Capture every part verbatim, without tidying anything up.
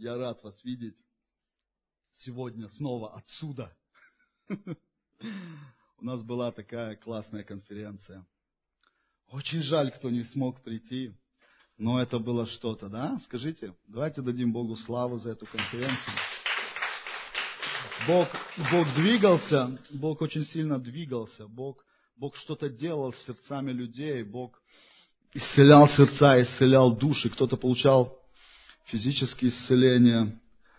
Я рад вас видеть сегодня снова отсюда. У нас была такая классная конференция. Очень жаль, кто не смог прийти, но это было что-то, да? Скажите, давайте дадим Богу славу за эту конференцию. Бог, Бог двигался, Бог очень сильно двигался, Бог, Бог что-то делал с сердцами людей, Бог исцелял сердца, исцелял души, кто-то получал физические исцеления.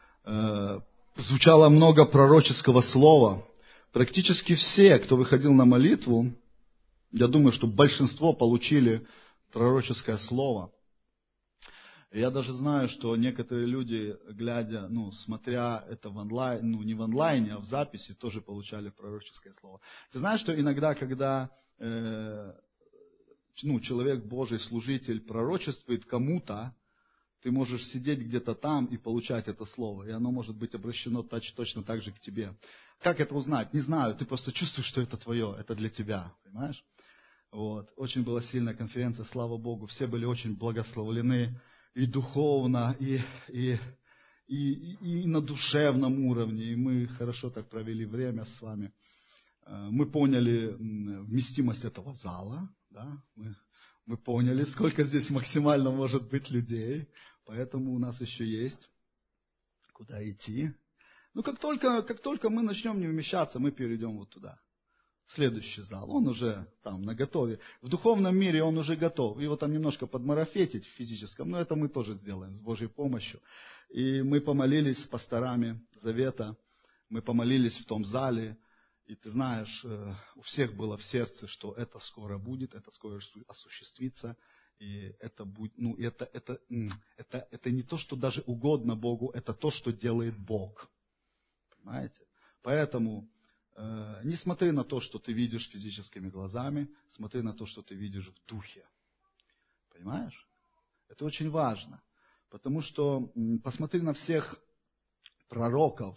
Звучало много пророческого слова. Практически все, кто выходил на молитву, я думаю, что большинство получили пророческое слово. Я даже знаю, что некоторые люди, глядя, ну, смотря это в онлайн, ну, не в онлайне, а в записи, тоже получали пророческое слово. Ты знаешь, что иногда, когда э, ну, человек Божий, служитель, пророчествует кому-то, ты можешь сидеть где-то там и получать это слово, и оно может быть обращено точно так же к тебе. Как это узнать? Не знаю, ты просто чувствуешь, что это твое, это для тебя, понимаешь? Вот. Очень была сильная конференция, слава Богу, все были очень благословлены и духовно, и, и, и, и на душевном уровне, и мы хорошо так провели время с вами. Мы поняли вместимость этого зала, да? мы, мы поняли, сколько здесь максимально может быть людей. Поэтому у нас еще есть куда идти. Ну, как только, как только мы начнем не вмещаться, мы перейдем вот туда. В следующий зал. Он уже там наготове. В духовном мире он уже готов. Его там немножко подмарафетить в физическом, но это мы тоже сделаем с Божьей помощью. И мы помолились с пасторами Завета. Мы помолились в том зале. И ты знаешь, у всех было в сердце, что это скоро будет, это скоро осуществится. И это, будет, ну, это, это, это, это не то, что даже угодно Богу, это то, что делает Бог. Понимаете? Поэтому э, не смотри на то, что ты видишь физическими глазами, смотри на то, что ты видишь в духе. Понимаешь? Это очень важно. Потому что м, посмотри на всех пророков,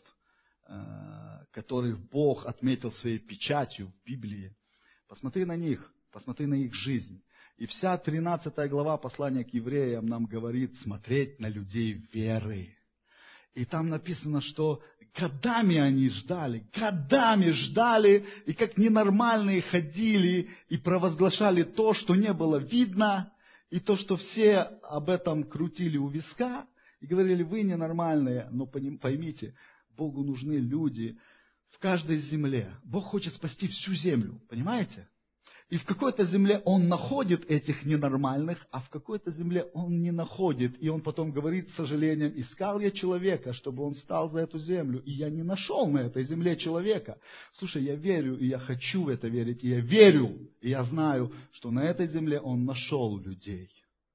э, которых Бог отметил своей печатью в Библии. Посмотри на них, посмотри на их жизнь. И вся тринадцатая глава послания к евреям нам говорит смотреть на людей веры. И там написано, что годами они ждали, годами ждали, и как ненормальные ходили и провозглашали то, что не было видно, и то, что все об этом крутили у виска, и говорили, вы ненормальные, но поймите, Богу нужны люди в каждой земле. Бог хочет спасти всю землю, понимаете? И в какой-то земле он находит этих ненормальных, а в какой-то земле он не находит. И он потом говорит с сожалением, искал я человека, чтобы он стал за эту землю. И я не нашел на этой земле человека. Слушай, я верю, и я хочу в это верить, и я верю, и я знаю, что на этой земле он нашел людей,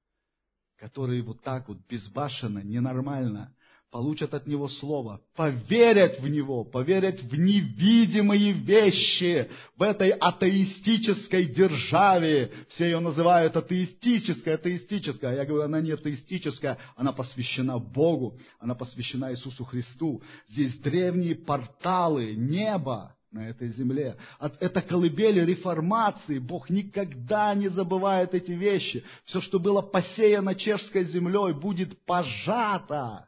которые вот так вот безбашенно, ненормально получат от Него Слово, поверят в Него, поверят в невидимые вещи в этой атеистической державе. Все ее называют атеистической, атеистической. А я говорю, она не атеистическая, она посвящена Богу, она посвящена Иисусу Христу. Здесь древние порталы неба на этой земле. Это колыбели реформации. Бог никогда не забывает эти вещи. Все, что было посеяно чешской землей, будет пожато.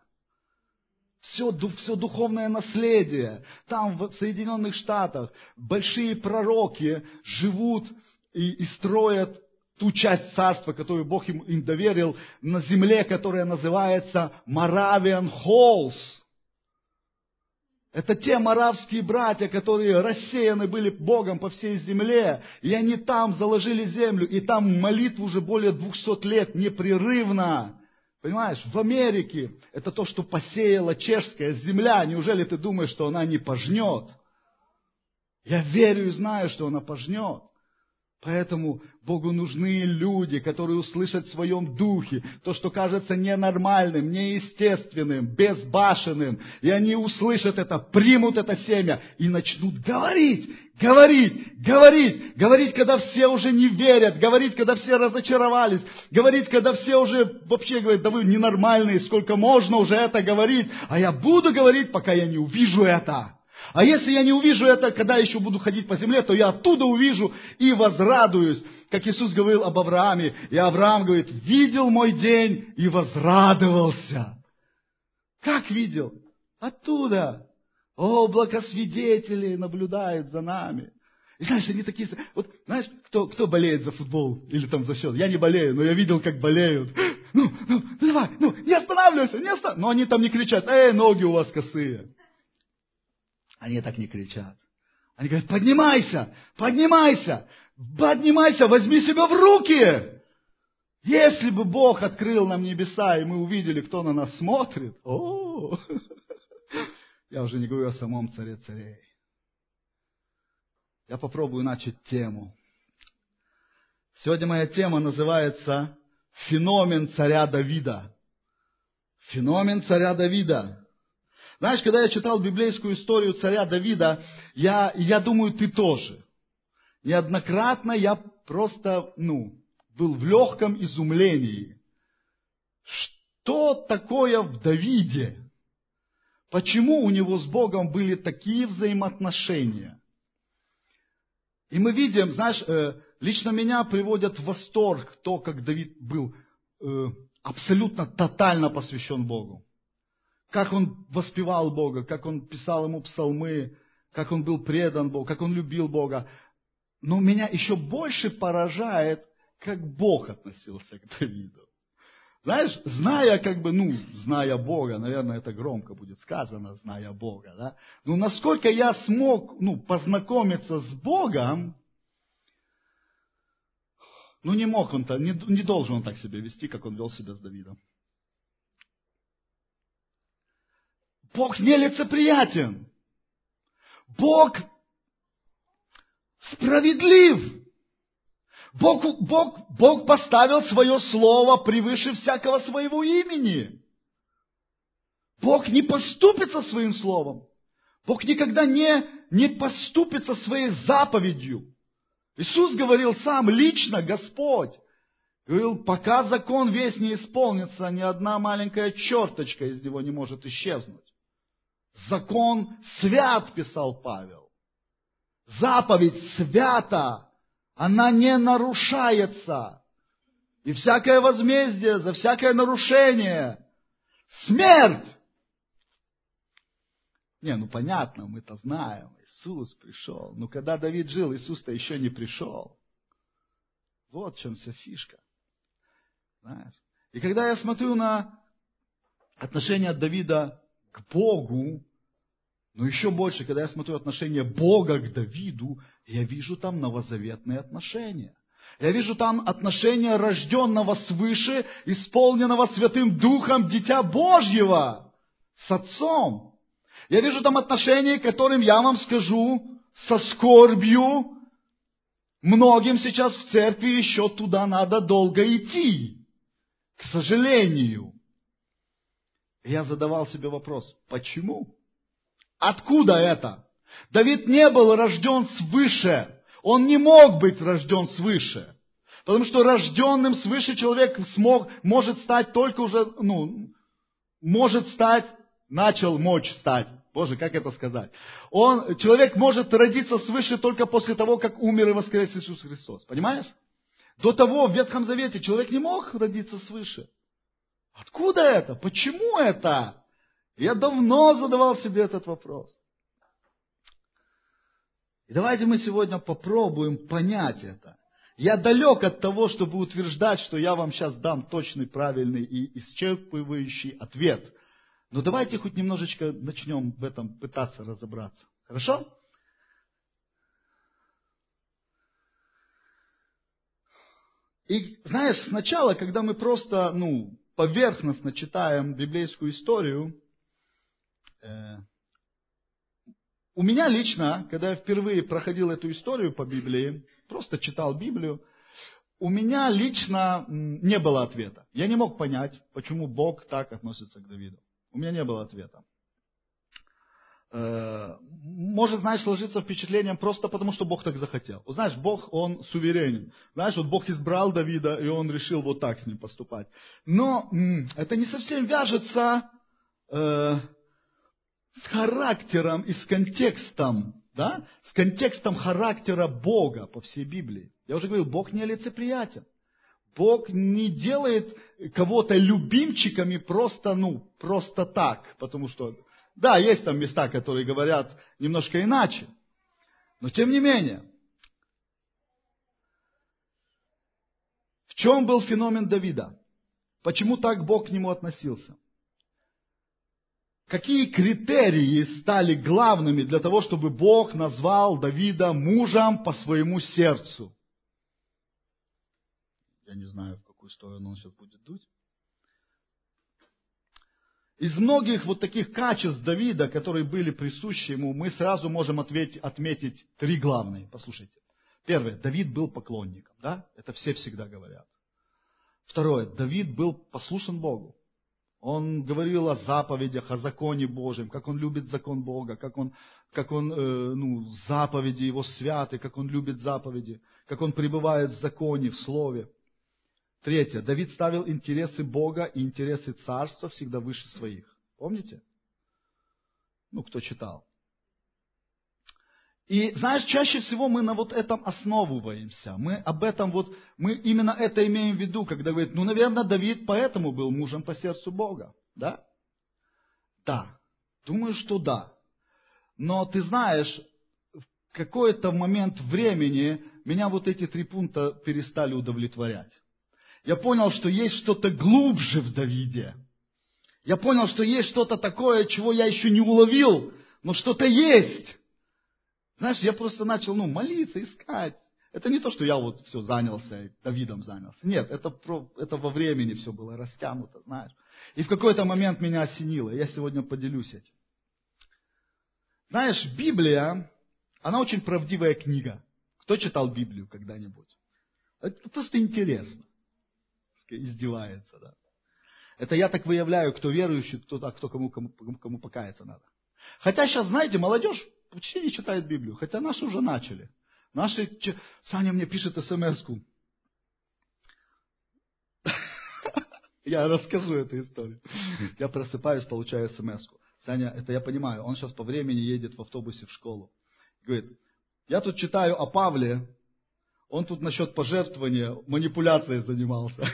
Все, все духовное наследие. Там, в Соединенных Штатах, большие пророки живут и, и строят ту часть царства, которую Бог им, им доверил, на земле, которая называется Moravian Halls. Это те моравские братья, которые рассеяны были Богом по всей земле. И они там заложили землю, и там молитву уже более двухсот лет непрерывно. Понимаешь, в Америке это то, что посеяла чешская земля. Неужели ты думаешь, что она не пожнет? Я верю и знаю, что она пожнет. Поэтому Богу нужны люди, которые услышат в своем духе то, что кажется ненормальным, неестественным, безбашенным. И они услышат это, примут это семя и начнут говорить, говорить, говорить, говорить, когда все уже не верят, говорить, когда все разочаровались, говорить, когда все уже вообще говорят, да вы ненормальные, сколько можно уже это говорить, а я буду говорить, пока я не увижу это. А если я не увижу это, когда еще буду ходить по земле, то я оттуда увижу и возрадуюсь. Как Иисус говорил об Аврааме. И Авраам говорит, видел мой день и возрадовался. Как видел? Оттуда. Облако свидетелей наблюдает за нами. И знаешь, они такие... Вот знаешь, кто, кто болеет за футбол или там за счет? Я не болею, но я видел, как болеют. Ну, ну, давай, ну, не останавливайся, не останавливайся. Но они там не кричат, эй, ноги у вас косые. Они так не кричат. Они говорят, поднимайся, поднимайся, поднимайся, возьми себя в руки. Если бы Бог открыл нам небеса, и мы увидели, кто на нас смотрит, о, я уже не говорю о самом царе царей. Я попробую начать тему. Сегодня моя тема называется «Феномен царя Давида». Феномен царя Давида. Знаешь, когда я читал библейскую историю царя Давида, я, я думаю, ты тоже. Неоднократно я просто, ну, был в легком изумлении. Что такое в Давиде? Почему у него с Богом были такие взаимоотношения? И мы видим, знаешь, лично меня приводит в восторг то, как Давид был абсолютно тотально посвящен Богу. Как он воспевал Бога, как он писал ему псалмы, как он был предан Богу, как он любил Бога. Но меня еще больше поражает, как Бог относился к Давиду. Знаешь, зная как бы, ну, зная Бога, наверное, это громко будет сказано, зная Бога, да? Но насколько я смог, ну, познакомиться с Богом, ну, не мог он-то, не, не должен он так себя вести, как он вел себя с Давидом. Бог нелицеприятен. Бог справедлив. Бог, Бог, Бог поставил свое слово превыше всякого своего имени. Бог не поступится своим словом. Бог никогда не, не поступится своей заповедью. Иисус говорил сам, лично Господь. Говорил, пока закон весь не исполнится, ни одна маленькая черточка из него не может исчезнуть. Закон свят, писал Павел. Заповедь свята. Она не нарушается. И всякое возмездие за всякое нарушение — смерть. Не, ну понятно, мы-то знаем. Иисус пришел. Но когда Давид жил, Иисус-то еще не пришел. Вот в чем вся фишка. Знаешь? И когда я смотрю на отношение Давида к Богу, но еще больше, когда я смотрю отношение Бога к Давиду, я вижу там новозаветные отношения. Я вижу там отношения рожденного свыше, исполненного Святым Духом Дитя Божьего с Отцом. Я вижу там отношения, которым я вам скажу со скорбью. Многим сейчас в церкви еще туда надо долго идти. К сожалению. Я задавал себе вопрос, почему? Откуда это? Давид не был рожден свыше. Он не мог быть рожден свыше. Потому что рожденным свыше человек смог, может стать только уже, ну, может стать, начал мочь стать. Боже, как это сказать? Он, человек может родиться свыше только после того, как умер и воскрес Иисус Христос. Понимаешь? До того в Ветхом Завете человек не мог родиться свыше. Откуда это? Почему это? Я давно задавал себе этот вопрос. И давайте мы сегодня попробуем понять это. Я далек от того, чтобы утверждать, что я вам сейчас дам точный, правильный и исчерпывающий ответ. Но давайте хоть немножечко начнем в этом пытаться разобраться. Хорошо? И знаешь, сначала, когда мы просто, ну, поверхностно читаем библейскую историю, э, у меня лично, когда я впервые проходил эту историю по Библии, просто читал Библию, у меня лично не было ответа. Я не мог понять, почему Бог так относится к Давиду. У меня не было ответа. Э, может, знаешь, сложиться впечатлением просто потому, что Бог так захотел. Вот, знаешь, Бог, Он суверенен. Знаешь, вот Бог избрал Давида, и Он решил вот так с ним поступать. Но м- это не совсем вяжется э, с характером и с контекстом, да? С контекстом характера Бога по всей Библии. Я уже говорил, Бог нелицеприятен. Бог не делает кого-то любимчиками просто, ну, просто так. Потому что, да, есть там места, которые говорят немножко иначе. Но тем не менее, в чем был феномен Давида? Почему так Бог к нему относился? Какие критерии стали главными для того, чтобы Бог назвал Давида мужем по своему сердцу? Я не знаю, в какую сторону он сейчас будет дуть. Из многих вот таких качеств Давида, которые были присущи ему, мы сразу можем ответить, отметить три главные. Послушайте. Первое. Давид был поклонником. Да? Это все всегда говорят. Второе. Давид был послушен Богу. Он говорил о заповедях, о законе Божьем, как он любит закон Бога, как он, как он э, ну, заповеди его святы, как он любит заповеди, как он пребывает в законе, в слове. Третье. Давид ставил интересы Бога и интересы царства всегда выше своих. Помните? Ну, кто читал. И, знаешь, чаще всего мы на вот этом основываемся. Мы об этом вот, мы именно это имеем в виду, когда говорит, ну, наверное, Давид поэтому был мужем по сердцу Бога. Да? Да. Думаю, что да. Но ты знаешь, в какой-то момент времени меня вот эти три пункта перестали удовлетворять. Я понял, что есть что-то глубже в Давиде. Я понял, что есть что-то такое, чего я еще не уловил, но что-то есть. Знаешь, я просто начал, ну, молиться, искать. Это не то, что я вот все занялся, Давидом занялся. Нет, это, про, это во времени все было растянуто, знаешь. И в какой-то момент меня осенило. Я сегодня поделюсь этим. Знаешь, Библия, она очень правдивая книга. Кто читал Библию когда-нибудь? Это просто интересно. Издевается, да. Это я так выявляю, кто верующий, кто, а кто кому, кому, кому покаяться надо. Хотя сейчас, знаете, молодежь почти не читает Библию. Хотя наши уже начали. Наши... Саня мне пишет смс-ку. Я расскажу эту историю. Я просыпаюсь, получаю смс-ку. Саня, это я понимаю, он сейчас по времени едет в автобусе в школу. Говорит, я тут читаю о Павле, он тут насчет пожертвования манипуляцией занимался.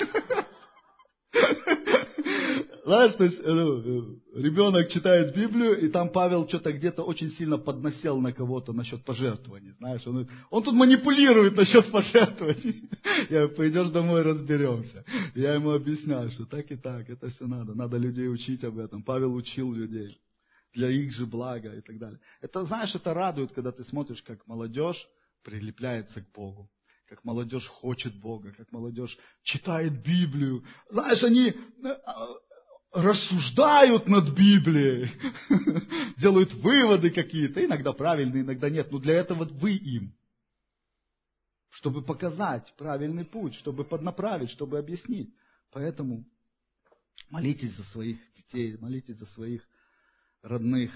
Знаешь, то есть ну, ребенок читает Библию, и там Павел что-то где-то очень сильно подносел на кого-то насчет пожертвований. Знаешь, он, он тут манипулирует насчет пожертвований. Я говорю, пойдешь домой, разберемся. Я ему объясняю, что так и так, это все надо. Надо людей учить об этом. Павел учил людей для их же блага и так далее. Это, знаешь, это радует, когда ты смотришь, как молодежь прилепляется к Богу. Как молодежь хочет Бога, как молодежь читает Библию. Знаешь, они рассуждают над Библией, делают выводы какие-то, иногда правильные, иногда нет. Но для этого вы им, чтобы показать правильный путь, чтобы поднаправить, чтобы объяснить. Поэтому молитесь за своих детей, молитесь за своих родных.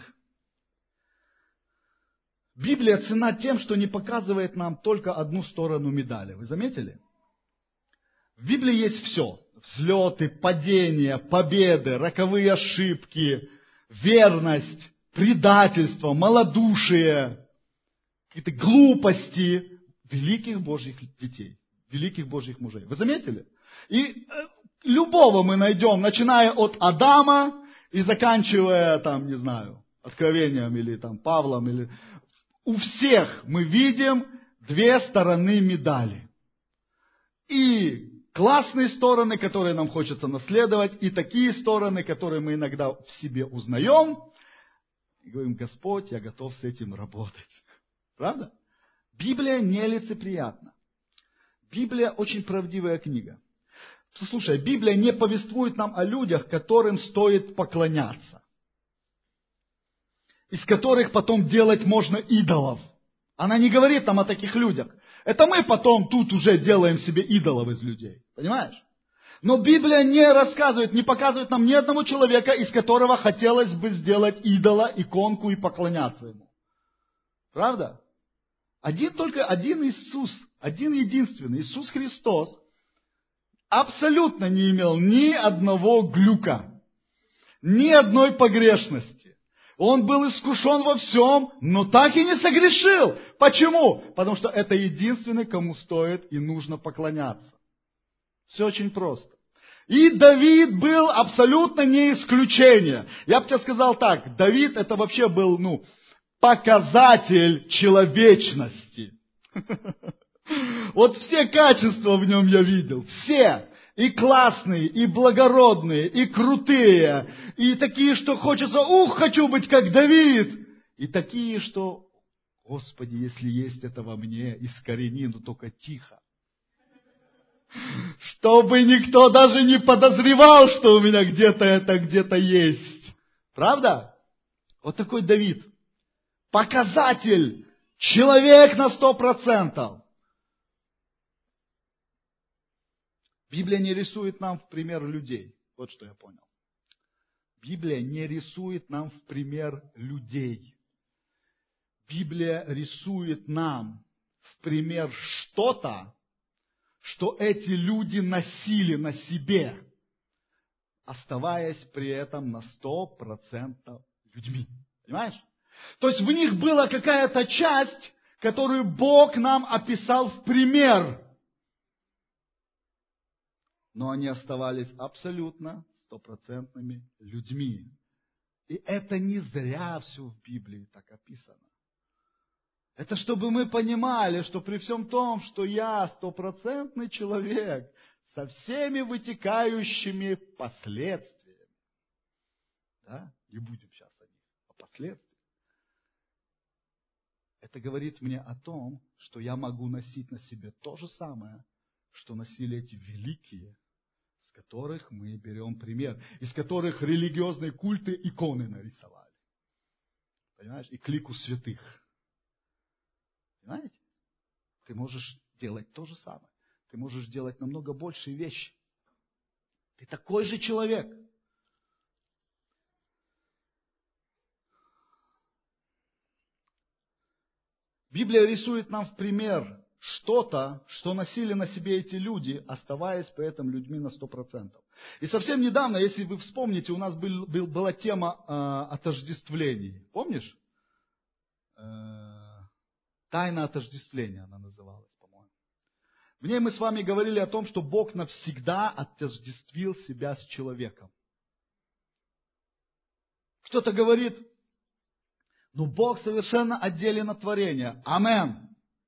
Библия ценна тем, что не показывает нам только одну сторону медали. Вы заметили? В Библии есть все. Взлеты, падения, победы, роковые ошибки, верность, предательство, малодушие, какие-то глупости великих Божьих детей, великих Божьих мужей. Вы заметили? И любого мы найдем, начиная от Адама и заканчивая, там, не знаю, Откровением или там Павлом, или... У всех мы видим две стороны медали. И классные стороны, которые нам хочется наследовать, и такие стороны, которые мы иногда в себе узнаем, и говорим, Господь, я готов с этим работать. Правда? Библия нелицеприятна. Библия очень правдивая книга. Слушай, Библия не повествует нам о людях, которым стоит поклоняться. Из которых потом делать можно идолов. Она не говорит нам о таких людях. Это мы потом тут уже делаем себе идолов из людей. Понимаешь? Но Библия не рассказывает, не показывает нам ни одного человека, из которого хотелось бы сделать идола, иконку и поклоняться ему. Правда? Один только, один Иисус, один единственный, Иисус Христос, абсолютно не имел ни одного глюка, ни одной погрешности. Он был искушен во всем, но так и не согрешил. Почему? Потому что это единственный, кому стоит и нужно поклоняться. Все очень просто. И Давид был абсолютно не исключение. Я бы тебе сказал так, Давид это вообще был, ну, показатель человечности. Вот все качества в нем я видел, все. И классные, и благородные, и крутые, и такие, что хочется, ух, хочу быть как Давид. И такие, что, Господи, если есть это во мне, искорени, но только тихо. Чтобы никто даже не подозревал, что у меня где-то это где-то есть. Правда? Вот такой Давид. Показатель. Человек на сто процентов. Библия не рисует нам в пример людей. Вот что я понял. Библия не рисует нам в пример людей. Библия рисует нам в пример что-то, что эти люди носили на себе, оставаясь при этом на сто процентов людьми. Понимаешь? То есть в них была какая-то часть, которую Бог нам описал в пример. Но они оставались абсолютно стопроцентными людьми. И это не зря все в Библии так описано. Это чтобы мы понимали, что при всем том, что я стопроцентный человек, со всеми вытекающими последствиями, да, не будем сейчас о них, о последствиях, это говорит мне о том, что я могу носить на себе то же самое, что носили эти великие, с которых мы берем пример, из которых религиозные культы иконы нарисовали. Понимаешь? И клику святых. Понимаете? Ты можешь делать то же самое. Ты можешь делать намного большие вещи. Ты такой же человек. Библия рисует нам в пример что-то, что носили на себе эти люди, оставаясь при этом людьми на сто процентов. И совсем недавно, если вы вспомните, у нас был, был, была тема э, отождествлений. Помнишь? Э, тайна отождествления она называлась, по-моему. В ней мы с вами говорили о том, что Бог навсегда отождествил себя с человеком. Кто-то говорит, ну Бог совершенно отделен от творения. Амен.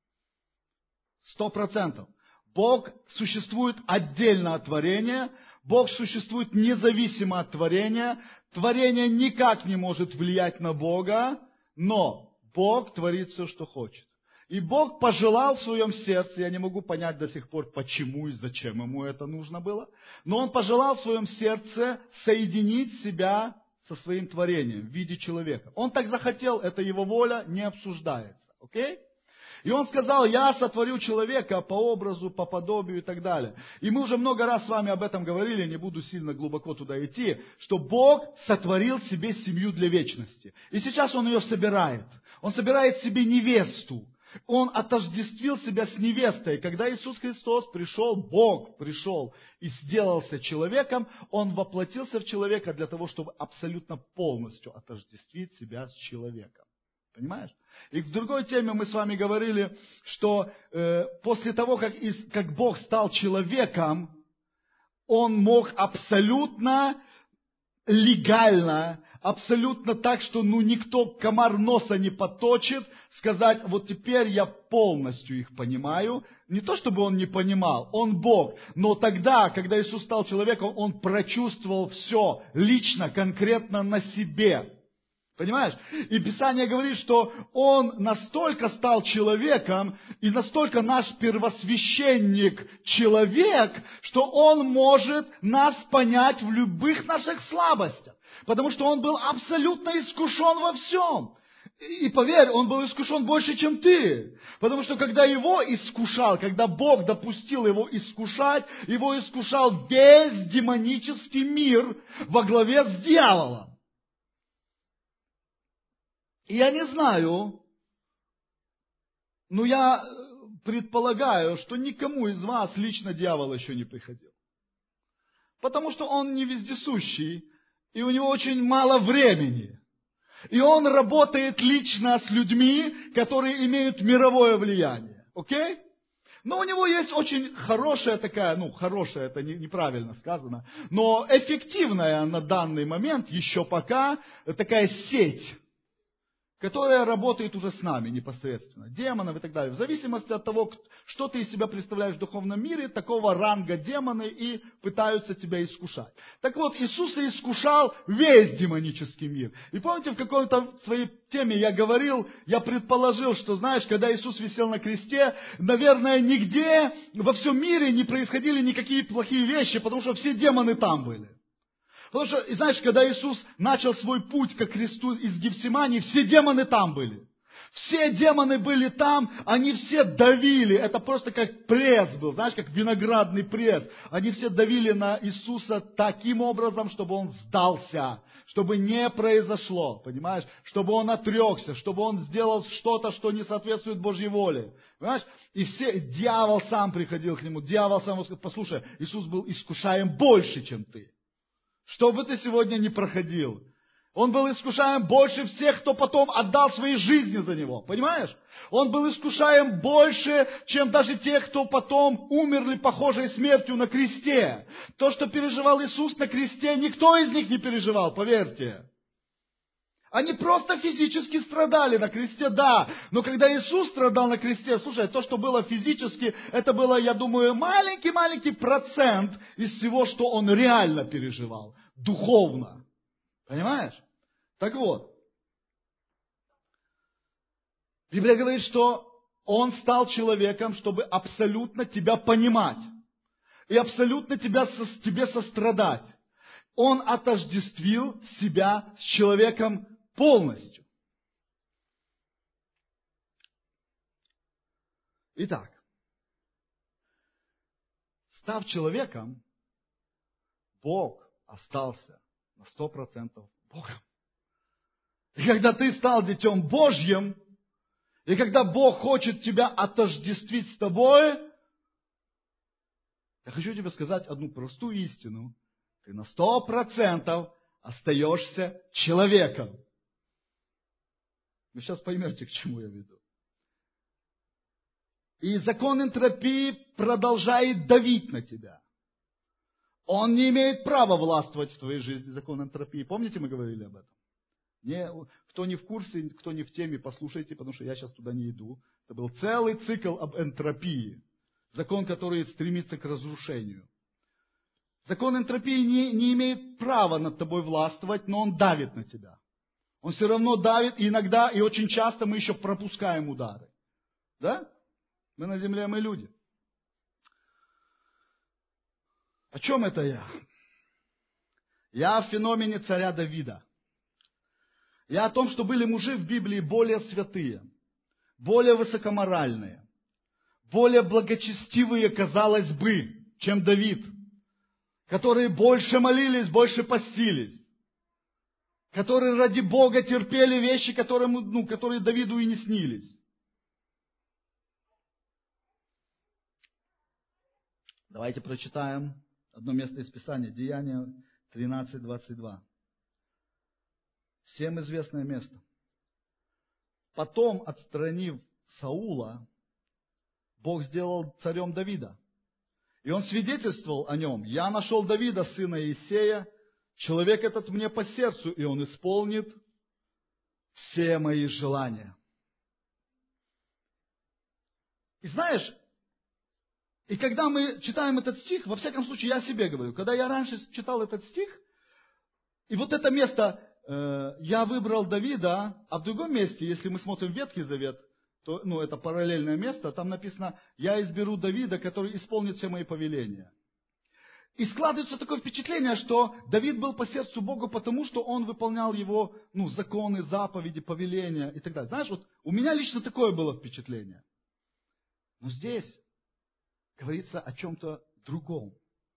Сто процентов. Бог существует отдельно от творения, Бог существует независимо от творения, творение никак не может влиять на Бога, но Бог творит все, что хочет. И Бог пожелал в своем сердце, я не могу понять до сих пор, почему и зачем ему это нужно было, но Он пожелал в своем сердце соединить себя со своим творением в виде человека. Он так захотел, это его воля, не обсуждается. Окей? И он сказал, я сотворю человека по образу, по подобию и так далее. И мы уже много раз с вами об этом говорили, не буду сильно глубоко туда идти, что Бог сотворил себе семью для вечности. И сейчас Он ее собирает. Он собирает себе невесту. Он отождествил себя с невестой. Когда Иисус Христос пришел, Бог пришел и сделался человеком, Он воплотился в человека для того, чтобы абсолютно полностью отождествить себя с человеком. Понимаешь? И в другой теме мы с вами говорили, что э, после того, как, из, как Бог стал человеком, Он мог абсолютно легально, абсолютно так, что ну, никто комар носа не поточит, сказать, вот теперь я полностью их понимаю. Не то, чтобы Он не понимал, Он Бог. Но тогда, когда Иисус стал человеком, Он прочувствовал все лично, конкретно на себе. Понимаешь? И Писание говорит, что Он настолько стал человеком, и настолько наш первосвященник человек, что Он может нас понять в любых наших слабостях. Потому что Он был абсолютно искушен во всем. И поверь, Он был искушен больше, чем ты. Потому что когда Его искушал, когда Бог допустил Его искушать, Его искушал весь демонический мир во главе с дьяволом. И я не знаю, но я предполагаю, что никому из вас лично дьявол еще не приходил. Потому что он не вездесущий, и у него очень мало времени. И он работает лично с людьми, которые имеют мировое влияние. Окей? Но у него есть очень хорошая такая, ну, хорошая, это не- неправильно сказано, но эффективная на данный момент еще пока такая сеть, которая работает уже с нами непосредственно, демонов и так далее. В зависимости от того, что ты из себя представляешь в духовном мире, такого ранга демоны и пытаются тебя искушать. Так вот, Иисус и искушал весь демонический мир. И помните, в какой-то своей теме я говорил, я предположил, что, знаешь, когда Иисус висел на кресте, наверное, нигде во всем мире не происходили никакие плохие вещи, потому что все демоны там были. Потому что, и знаешь, когда Иисус начал свой путь ко кресту из Гефсимании, все демоны там были. Все демоны были там, они все давили. Это просто как пресс был, знаешь, как виноградный пресс. Они все давили на Иисуса таким образом, чтобы Он сдался, чтобы не произошло, понимаешь? Чтобы Он отрекся, чтобы Он сделал что-то, что не соответствует Божьей воле. Понимаешь? И все, дьявол сам приходил к Нему, дьявол сам сказал: послушай, Иисус был искушаем больше, чем ты. Что бы ты сегодня ни проходил, Он был искушаем больше всех, кто потом отдал свои жизни за Него. Понимаешь? Он был искушаем больше, чем даже те, кто потом умерли похожей смертью на кресте. То, что переживал Иисус на кресте, никто из них не переживал, поверьте. Они просто физически страдали на кресте, да. Но когда Иисус страдал на кресте, слушай, то, что было физически, это было, я думаю, маленький-маленький процент из всего, что Он реально переживал. Духовно. Понимаешь? Так вот. Библия говорит, что Он стал человеком, чтобы абсолютно тебя понимать. И абсолютно тебя, тебе сострадать. Он отождествил себя с человеком полностью. Итак, став человеком, Бог остался на сто процентов Богом. И когда ты стал детем Божьим, и когда Бог хочет тебя отождествить с тобой, я хочу тебе сказать одну простую истину. Ты на сто процентов остаешься человеком. Вы сейчас поймете, к чему я веду. И закон энтропии продолжает давить на тебя. Он не имеет права властвовать в твоей жизни, закон энтропии. Помните, мы говорили об этом? Не, кто не в курсе, кто не в теме, послушайте, потому что я сейчас туда не иду. Это был целый цикл об энтропии. Закон, который стремится к разрушению. Закон энтропии не, не имеет права над тобой властвовать, но он давит на тебя. Он все равно давит, и иногда, и очень часто мы еще пропускаем удары. Да? Мы на земле, мы люди. О чем это я? Я о феномене царя Давида. Я о том, что были мужи в Библии более святые, более высокоморальные, более благочестивые, казалось бы, чем Давид, которые больше молились, больше постились, которые ради Бога терпели вещи, которые, ну, которые Давиду и не снились. Давайте прочитаем одно место из Писания, Деяния тринадцать двадцать два. Всем известное место. Потом, отстранив Саула, Бог сделал царем Давида. И он свидетельствовал о нем. Я нашел Давида, сына Иисея, человек этот мне по сердцу, и он исполнит все мои желания. И знаешь, и когда мы читаем этот стих, во всяком случае, я о себе говорю, когда я раньше читал этот стих, и вот это место, э, я выбрал Давида, а в другом месте, если мы смотрим Ветхий Завет, то, ну, это параллельное место, там написано, я изберу Давида, который исполнит все мои повеления. И складывается такое впечатление, что Давид был по сердцу Бога, потому что он выполнял его, ну, законы, заповеди, повеления и так далее. Знаешь, вот у меня лично такое было впечатление. Но здесь говорится о чем-то другом.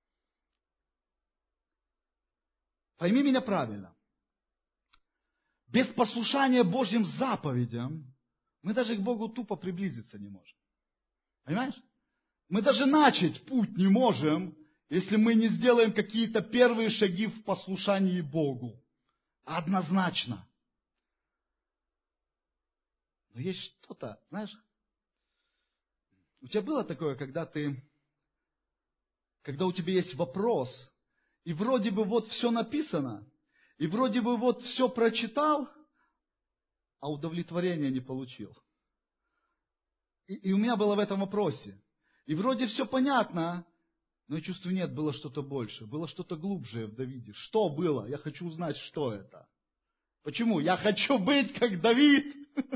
Пойми меня правильно. Без послушания Божьим заповедям мы даже к Богу тупо приблизиться не можем. Понимаешь? Мы даже начать путь не можем, если мы не сделаем какие-то первые шаги в послушании Богу. Однозначно. Но есть что-то, знаешь, У тебя было такое, когда ты, когда у тебя есть вопрос, и вроде бы вот все написано, и вроде бы вот все прочитал, а удовлетворения не получил. И, и у меня было в этом вопросе. И вроде все понятно, но я чувствую, нет, было что-то больше, было что-то глубже в Давиде. Что было? Я хочу узнать, что это. Почему? Я хочу быть как Давид.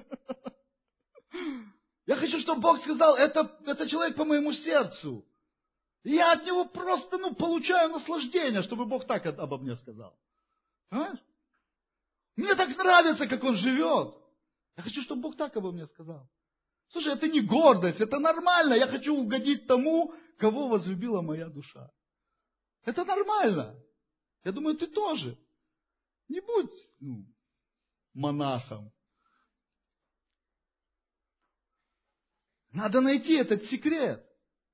Я хочу, чтобы Бог сказал, это, это человек по моему сердцу. И я от него просто ну, получаю наслаждение, чтобы Бог так обо мне сказал. А? Мне так нравится, как он живет. Я хочу, чтобы Бог так обо мне сказал. Слушай, это не гордость, это нормально. Я хочу угодить тому, кого возлюбила моя душа. Это нормально. Я думаю, ты тоже. Не будь ну, монахом. Надо найти этот секрет.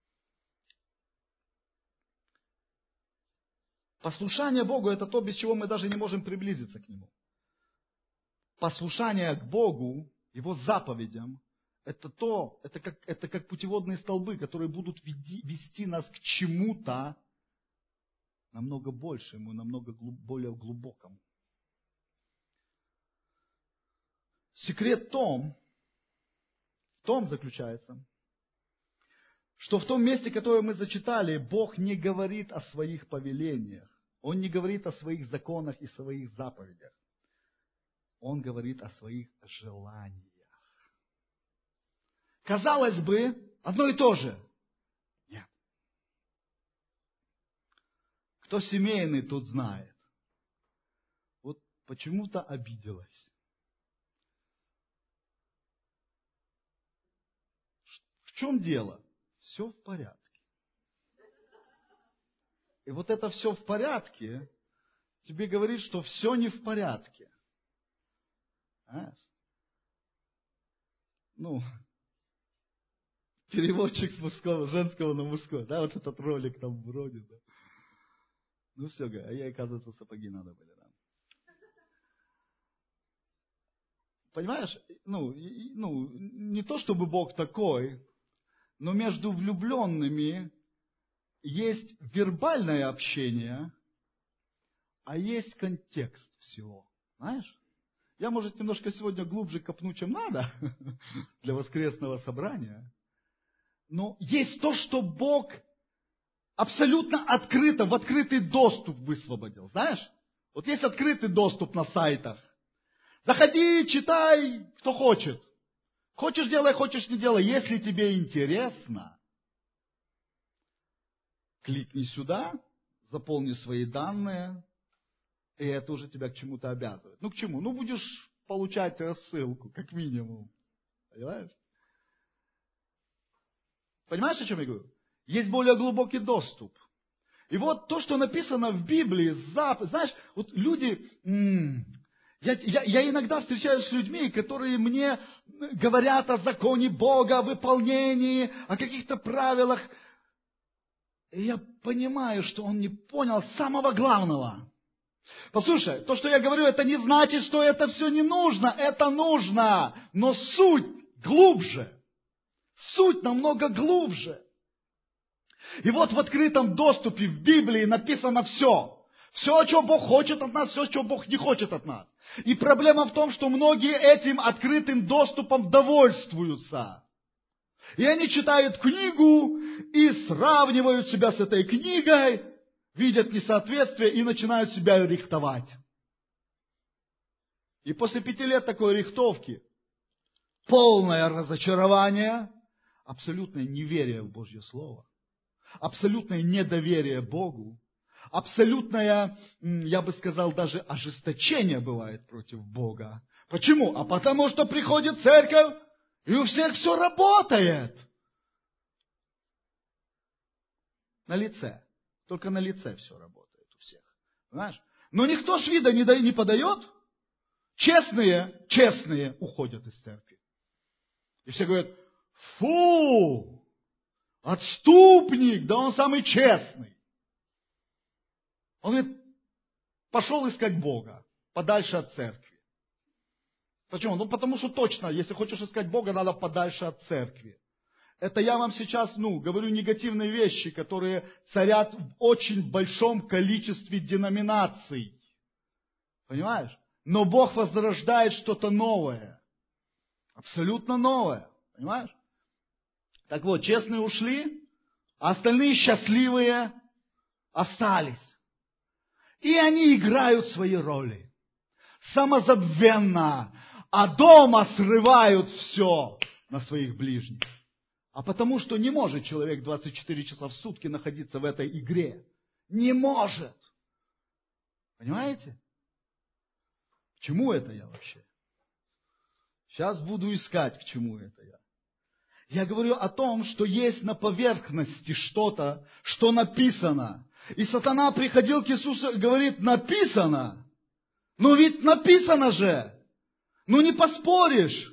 Послушание Богу – это то, без чего мы даже не можем приблизиться к Нему. Послушание к Богу, Его заповедям, это то, это как, это как путеводные столбы, которые будут веди, вести нас к чему-то намного большему, намного глуб, более глубокому. Секрет в том, в том заключается, что в том месте, которое мы зачитали, Бог не говорит о своих повелениях. Он не говорит о своих законах и своих заповедях. Он говорит о своих желаниях. Казалось бы, одно и то же. Нет. Кто семейный, тот знает. Вот почему-то обиделась. В чем дело? Все в порядке. И вот это все в порядке тебе говорит, что все не в порядке. А? Ну, переводчик с мужского, женского на мужской, да, вот этот ролик там вроде, да. Ну все, а ей, оказывается, сапоги надо были, да. Понимаешь, ну, и, ну, не то чтобы Бог такой, но между влюбленными есть вербальное общение, а есть контекст всего. Знаешь? Я, может, немножко сегодня глубже копну, чем надо для воскресного собрания. Но есть то, что Бог абсолютно открыто, в открытый доступ высвободил. Знаешь? Вот есть открытый доступ на сайтах. Заходи, читай, кто хочет. Хочешь делай, хочешь не делай. Если тебе интересно, кликни сюда, заполни свои данные, и это уже тебя к чему-то обязывает. Ну, к чему? Ну, будешь получать рассылку, как минимум. Понимаешь? Понимаешь, о чем я говорю? Есть более глубокий доступ. И вот то, что написано в Библии, знаешь, вот люди... Я, я, я иногда встречаюсь с людьми, которые мне говорят о законе Бога, о выполнении, о каких-то правилах. И я понимаю, что он не понял самого главного. Послушай, то, что я говорю, это не значит, что это все не нужно. Это нужно. Но суть глубже. Суть намного глубже. И вот в открытом доступе в Библии написано все. Все, что Бог хочет от нас, все, что Бог не хочет от нас. И проблема в том, что многие этим открытым доступом довольствуются. И они читают книгу и сравнивают себя с этой книгой, видят несоответствие и начинают себя рихтовать. И после пяти лет такой рихтовки полное разочарование, абсолютное неверие в Божье Слово, абсолютное недоверие Богу, абсолютное, я бы сказал, даже ожесточение бывает против Бога. Почему? А потому что приходит церковь, и у всех все работает. На лице. Только на лице все работает у всех. Понимаешь? Но никто ж вида не, да, не подает. Честные, честные уходят из церкви. И все говорят, фу, отступник, да он самый честный. Он говорит, пошел искать Бога, подальше от церкви. Почему? Ну, потому что точно, если хочешь искать Бога, надо подальше от церкви. Это я вам сейчас, ну, говорю негативные вещи, которые царят в очень большом количестве деноминаций. Понимаешь? Но Бог возрождает что-то новое. Абсолютно новое. Понимаешь? Так вот, честные ушли, а остальные счастливые остались. И они играют свои роли. Самозабвенно. А дома срывают все на своих ближних. А потому что не может человек двадцать четыре часа в сутки находиться в этой игре. Не может. Понимаете? К чему это я вообще? Сейчас буду искать, к чему это я. Я говорю о том, что есть на поверхности что-то, что написано. И сатана приходил к Иисусу и говорит, написано. Ну ведь написано же. Ну не поспоришь.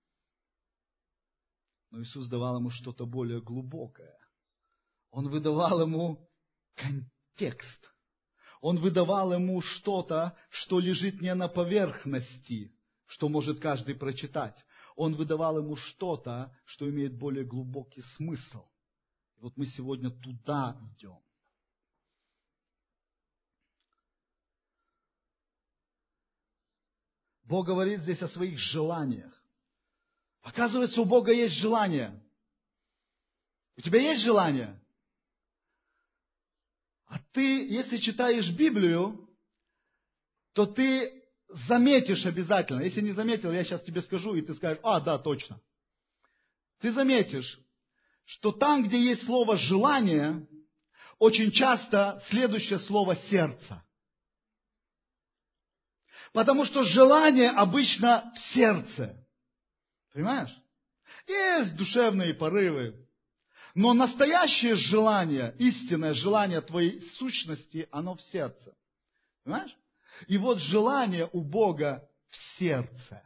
Но Иисус давал ему что-то более глубокое. Он выдавал ему контекст. Он выдавал ему что-то, что лежит не на поверхности, что может каждый прочитать. Он выдавал ему что-то, что имеет более глубокий смысл. И вот мы сегодня туда идем. Бог говорит здесь о своих желаниях. Оказывается, у Бога есть желание. У тебя есть желание? А ты, если читаешь Библию, то ты заметишь обязательно. Если не заметил, я сейчас тебе скажу, и ты скажешь, а, да, точно. Ты заметишь, что там, где есть слово «желание», очень часто следующее слово «сердце». Потому что желание обычно в сердце. Понимаешь? Есть душевные порывы. Но настоящее желание, истинное желание твоей сущности, оно в сердце. Понимаешь? И вот желание у Бога в сердце.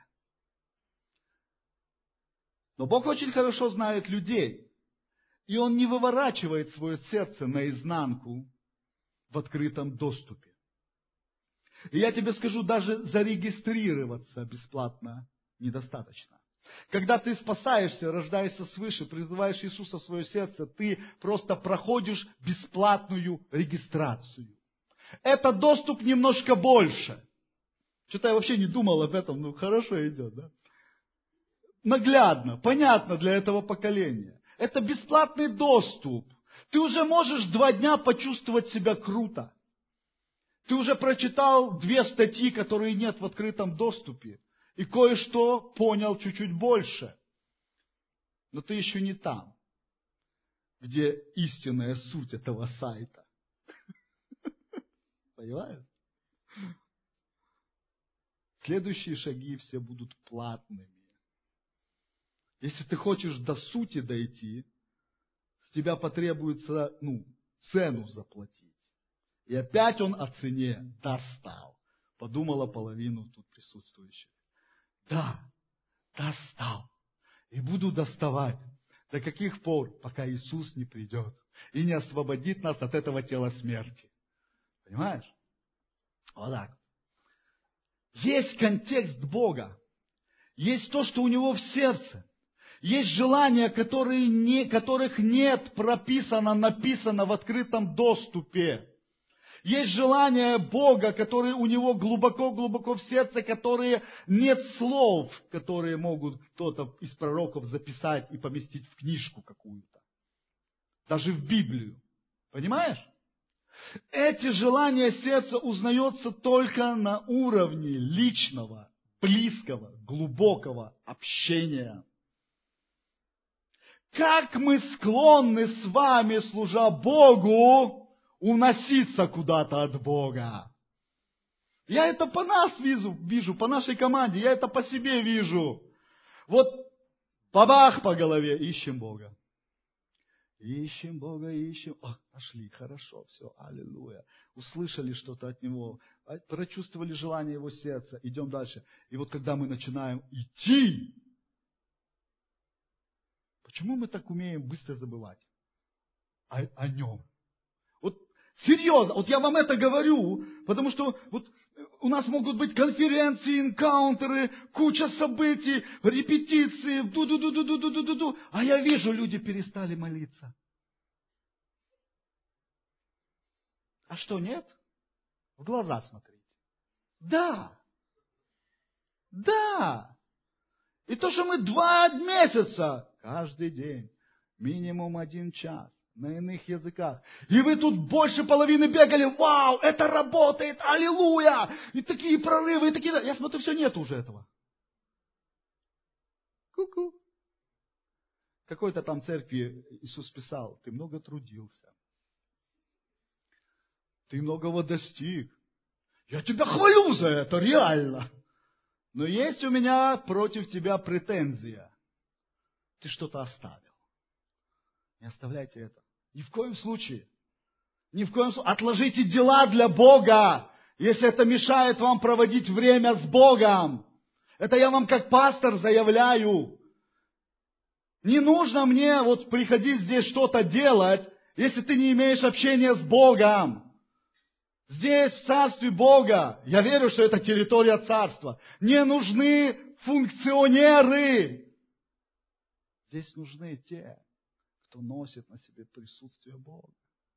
Но Бог очень хорошо знает людей. И Он не выворачивает свое сердце наизнанку в открытом доступе. И я тебе скажу, даже зарегистрироваться бесплатно недостаточно. Когда ты спасаешься, рождаешься свыше, призываешь Иисуса в свое сердце, ты просто проходишь бесплатную регистрацию. Это доступ немножко больше. Что-то я вообще не думал об этом, ну хорошо идет, да? Наглядно, понятно для этого поколения. Это бесплатный доступ. Ты уже можешь два дня почувствовать себя круто. Ты уже прочитал две статьи, которые нет в открытом доступе. И кое-что понял чуть-чуть больше. Но ты еще не там, где истинная суть этого сайта. Понимаешь? Следующие шаги все будут платными. Если ты хочешь до сути дойти, с тебя потребуется, ну, цену заплатить. И опять он о цене достал. Подумала половину тут присутствующих. Да, достал. И буду доставать. До каких пор, пока Иисус не придет и не освободит нас от этого тела смерти. Понимаешь? Вот так. Есть контекст Бога. Есть то, что у Него в сердце. Есть желания, которые не, которых нет прописано, написано в открытом доступе. Есть желания Бога, которые у Него глубоко-глубоко в сердце, которые нет слов, которые могут кто-то из пророков записать и поместить в книжку какую-то. Даже в Библию. Понимаешь? Эти желания сердца узнаются только на уровне личного, близкого, глубокого общения. Как мы склонны с вами, служа Богу, уноситься куда-то от Бога. Я это по нас вижу, вижу, по нашей команде, я это по себе вижу. Вот бабах по голове, ищем Бога. Ищем Бога, ищем. О, нашли, хорошо, все, аллилуйя. Услышали что-то от Него, прочувствовали желание Его сердца, идем дальше. И вот когда мы начинаем идти, почему мы так умеем быстро забывать о, о Нем? Вот Серьезно, вот я вам это говорю, потому что вот у нас могут быть конференции, энкаунтеры, куча событий, репетиции, ду-ду-ду-ду-ду-ду-ду-ду, а я вижу, люди перестали молиться. А что, нет? В глаза смотрите. Да. Да. И то, что мы два месяца, каждый день, минимум один час, на иных языках. И вы тут больше половины бегали, вау, это работает, аллилуйя! И такие прорывы, и такие... Я смотрю, все, нет уже этого. Ку-ку. Какой-то там церкви Иисус писал, ты много трудился. Ты многого достиг. Я тебя хвалю за это, реально. Но есть у меня против тебя претензия. Ты что-то оставил. Не оставляйте это. Ни в коем случае. Ни в коем случае. Отложите дела для Бога, если это мешает вам проводить время с Богом. Это я вам как пастор заявляю. Не нужно мне вот приходить здесь что-то делать, если ты не имеешь общения с Богом. Здесь, в Царстве Бога, я верю, что это территория Царства, не нужны функционеры. Здесь нужны те, кто носит на себе присутствие Бога.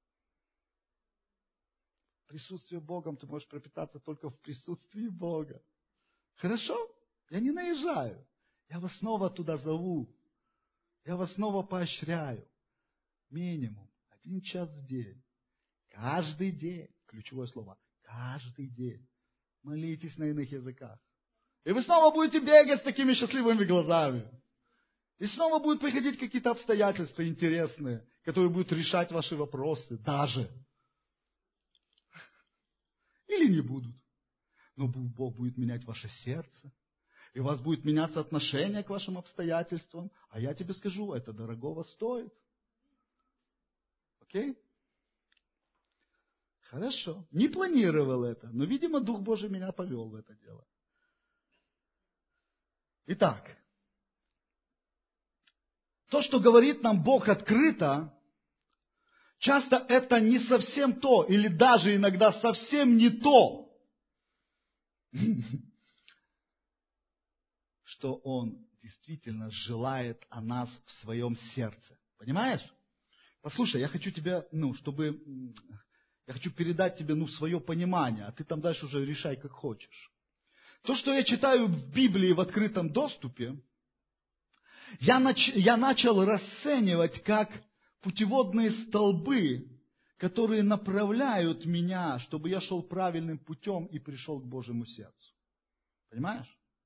Присутствие Богом ты можешь пропитаться только в присутствии Бога. Хорошо? Я не наезжаю. Я вас снова туда зову. Я вас снова поощряю. Минимум один час в день. Каждый день. Ключевое слово. Каждый день. Молитесь на иных языках. И вы снова будете бегать с такими счастливыми глазами. И снова будут приходить какие-то обстоятельства интересные, которые будут решать ваши вопросы. Даже. Или не будут. Но Бог будет менять ваше сердце. И у вас будет меняться отношение к вашим обстоятельствам. А я тебе скажу, это дорогого стоит. Окей? Хорошо. Не планировал это, но, видимо, Дух Божий меня повел в это дело. Итак, то, что говорит нам Бог открыто, часто это не совсем то, или даже иногда совсем не то, что Он действительно желает о нас в своем сердце. Понимаешь? Послушай, я хочу тебя, ну, чтобы... Я хочу передать тебе, ну, свое понимание, а ты там дальше уже решай, как хочешь. То, что я читаю в Библии в открытом доступе, я, нач... я начал расценивать как путеводные столбы, которые направляют меня, чтобы я шел правильным путем и пришел к Божьему сердцу. Понимаешь?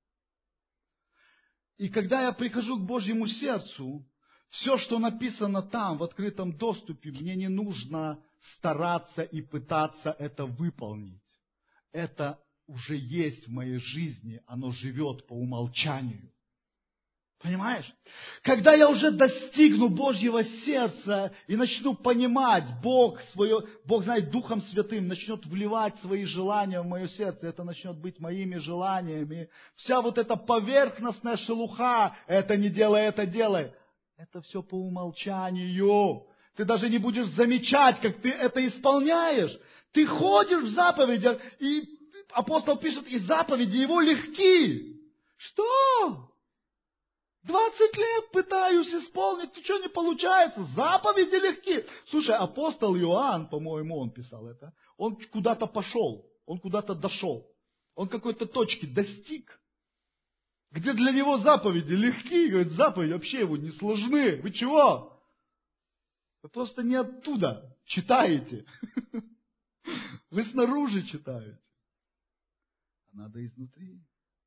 И когда я прихожу к Божьему сердцу, все, что написано там, в открытом доступе, мне не нужно стараться и пытаться это выполнить. Это уже есть в моей жизни, оно живет по умолчанию. Понимаешь? Когда я уже достигну Божьего сердца и начну понимать, Бог, свое, Бог знает, Духом Святым начнет вливать свои желания в мое сердце, это начнет быть моими желаниями. Вся вот эта поверхностная шелуха, это не делай, это делай. Это все по умолчанию. Ты даже не будешь замечать, как ты это исполняешь. Ты ходишь в заповедях, и апостол пишет, и заповеди его легки. Что? Двадцать лет пытаюсь исполнить, ничего не получается. Заповеди легки. Слушай, апостол Иоанн, по-моему, он писал это. Он куда-то пошел, он куда-то дошел. Он какой-то точки достиг. Где для него заповеди легкие, говорит, заповеди вообще его не сложны. Вы чего? Вы просто не оттуда читаете. Вы снаружи читаете. А надо изнутри.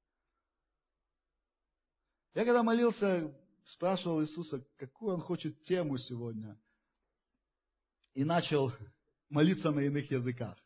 Я когда молился, спрашивал Иисуса, какую Он хочет тему сегодня. И начал молиться на иных языках.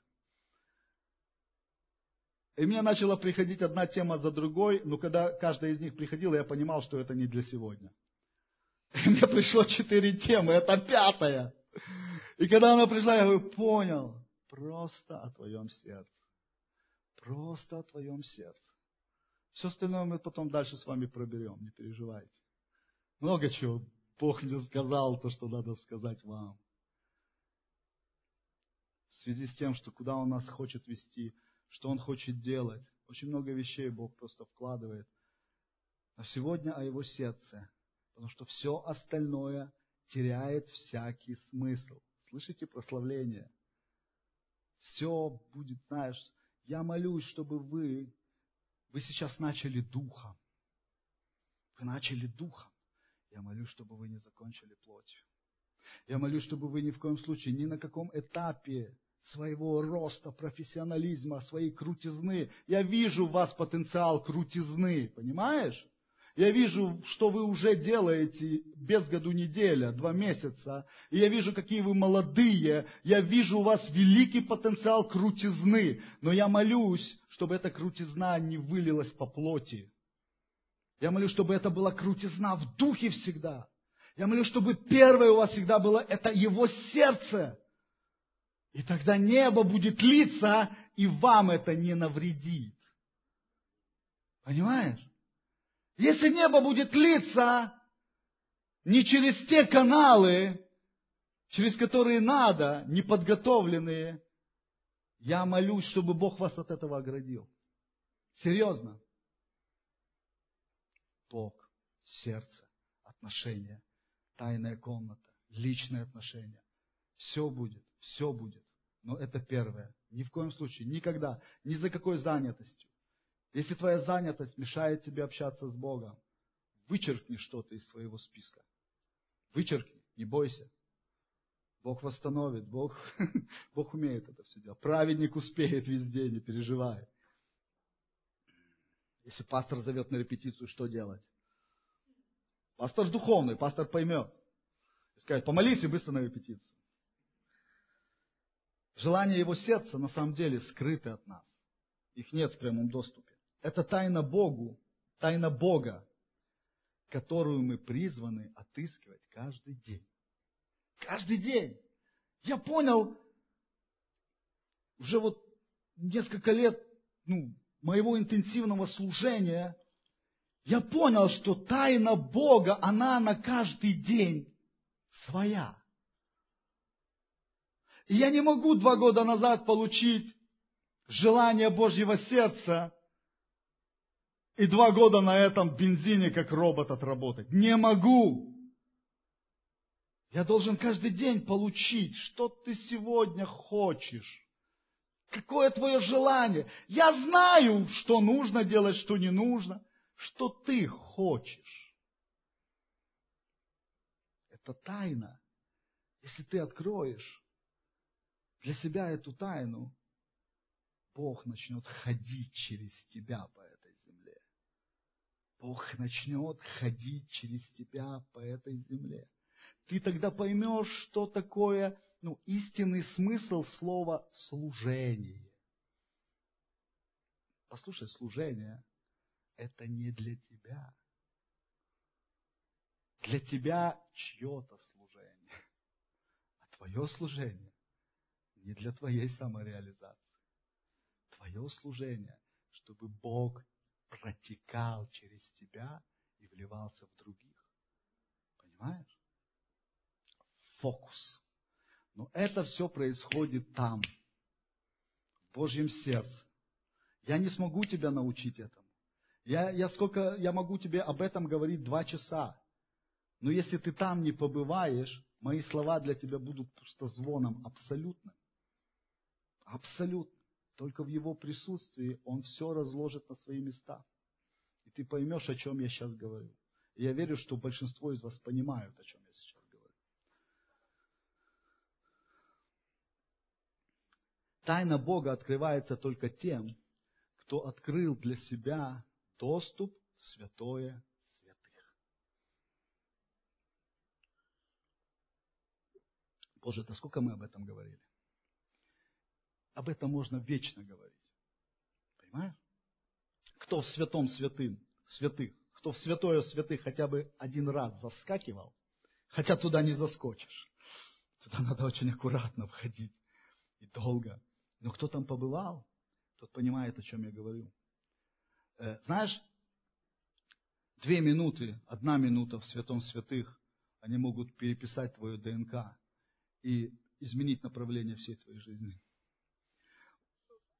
И мне начала приходить одна тема за другой, но когда каждая из них приходила, я понимал, что это не для сегодня. И мне пришло четыре темы, это пятая. И когда она пришла, я говорю, понял, просто о твоем сердце. Просто о твоем сердце. Все остальное мы потом дальше с вами проберем, не переживайте. Много чего Бог мне сказал, то, что надо сказать вам. связи с тем, что куда Он нас хочет вести, что Он хочет делать. Очень много вещей Бог просто вкладывает. А сегодня о Его сердце, потому что все остальное теряет всякий смысл. Слышите прославление? Все будет, знаешь, я молюсь, чтобы вы, вы сейчас начали духом. Вы начали духом. Я молюсь, чтобы вы не закончили плотью. Я молюсь, чтобы вы ни в коем случае, ни на каком этапе своего роста, профессионализма, своей крутизны. Я вижу в вас потенциал крутизны, понимаешь? Я вижу, что вы уже делаете без году неделя, два месяца. И я вижу, какие вы молодые. Я вижу у вас великий потенциал крутизны. Но я молюсь, чтобы эта крутизна не вылилась по плоти. Я молюсь, чтобы это была крутизна в духе всегда. Я молюсь, чтобы первое у вас всегда было это Его сердце. И тогда небо будет литься, и вам это не навредит. Понимаешь? Если небо будет литься не через те каналы, через которые надо, неподготовленные, я молюсь, чтобы Бог вас от этого оградил. Серьезно. Бог, сердце, отношения, тайная комната, личные отношения. Все будет, все будет. Но это первое. Ни в коем случае, никогда, ни за какой занятостью. Если твоя занятость мешает тебе общаться с Богом, вычеркни что-то из своего списка. Вычеркни, не бойся. Бог восстановит, Бог, Бог умеет это все делать. Праведник успеет везде, не переживай. Если пастор зовет на репетицию, что делать? Пастор духовный, пастор поймет. И скажет, помолись и быстро на репетицию. Желания его сердца на самом деле скрыты от нас. Их нет в прямом доступе. Это тайна Богу, тайна Бога, которую мы призваны отыскивать каждый день. Каждый день. Я понял, уже вот несколько лет ну, моего интенсивного служения, я понял, что тайна Бога, она на каждый день своя. И я не могу два года назад получить желание Божьего сердца и два года на этом бензине как робот отработать. Не могу. Я должен каждый день получить, что ты сегодня хочешь. Какое твое желание? Я знаю, что нужно делать, что не нужно. Что ты хочешь. Это тайна. Если ты откроешь для себя эту тайну, Бог начнет ходить через тебя по этой земле. Бог начнет ходить через тебя по этой земле. Ты тогда поймешь, что такое ну, истинный смысл слова «служение». Послушай, служение – это не для тебя. Для тебя чье-то служение. А твое служение не для твоей самореализации. Твое служение, чтобы Бог протекал через тебя и вливался в других. Понимаешь? Фокус. Но это все происходит там, в Божьем сердце. Я не смогу тебя научить этому. Я, я, сколько, я могу тебе об этом говорить два часа. Но если ты там не побываешь, мои слова для тебя будут просто звоном абсолютным. Абсолютно. Только в Его присутствии Он все разложит на свои места. И ты поймешь, о чем я сейчас говорю. И я верю, что большинство из вас понимают, о чем я сейчас говорю. Тайна Бога открывается только тем, кто открыл для себя доступ в святое святых. Боже, да сколько мы об этом говорили? Об этом можно вечно говорить. Понимаешь? Кто в святом святым, святых, кто в святое святых хотя бы один раз заскакивал, хотя туда не заскочишь. Туда надо очень аккуратно входить и долго. Но кто там побывал, тот понимает, о чем я говорю. Знаешь, две минуты, одна минута в святом святых, они могут переписать твою ДНК и изменить направление всей твоей жизни.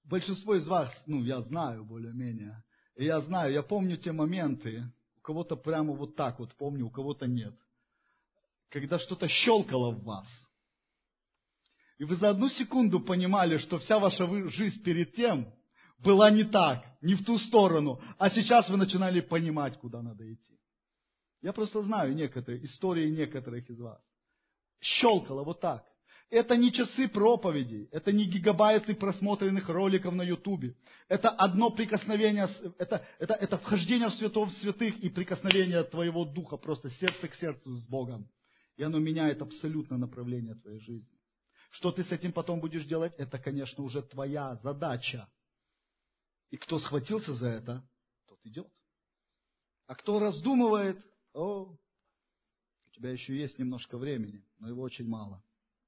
большинство из вас, ну, я знаю более-менее, и я знаю, я помню те моменты, у кого-то прямо вот так вот помню, у кого-то нет, когда что-то щелкало в вас. И вы за одну секунду понимали, что вся ваша жизнь перед тем была не так, не в ту сторону, а сейчас вы начинали понимать, куда надо идти. Я просто знаю некоторые истории некоторых из вас. Щелкало вот так. Это не часы проповедей, это не гигабайты просмотренных роликов на Ютубе. Это одно прикосновение, это, это, это вхождение в святов святых и прикосновение твоего духа, просто сердце к сердцу с Богом. И оно меняет абсолютно направление твоей жизни. Что ты с этим потом будешь делать, это, конечно, уже твоя задача. И кто схватился за это, тот идет. А кто раздумывает, о, у тебя еще есть немножко времени, но его очень мало.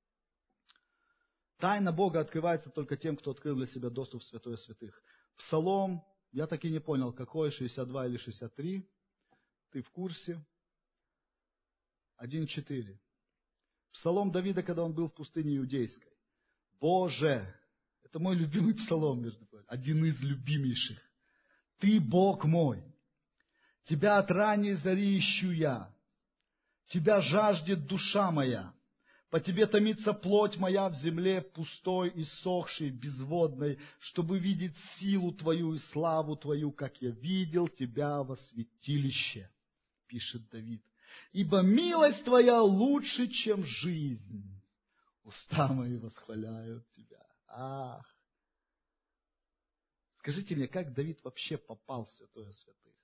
Тайна Бога открывается только тем, кто открыл для себя доступ в святое святых. Псалом, я так и не понял, какой, шестьдесят два или шестьдесят три. Ты в курсе? один четыре. Псалом Давида, когда он был в пустыне Иудейской. Боже, это мой любимый псалом, между прочим, один из любимейших. Ты Бог мой, Тебя от ранней зари ищу я, Тебя жаждет душа моя, по Тебе томится плоть моя в земле пустой, иссохшей, безводной, чтобы видеть силу Твою и славу Твою, как я видел Тебя во святилище, пишет Давид. Ибо милость Твоя лучше, чем жизнь. Уста мои восхваляют Тебя. Ах! Скажите мне, как Давид вообще попал в святое святых?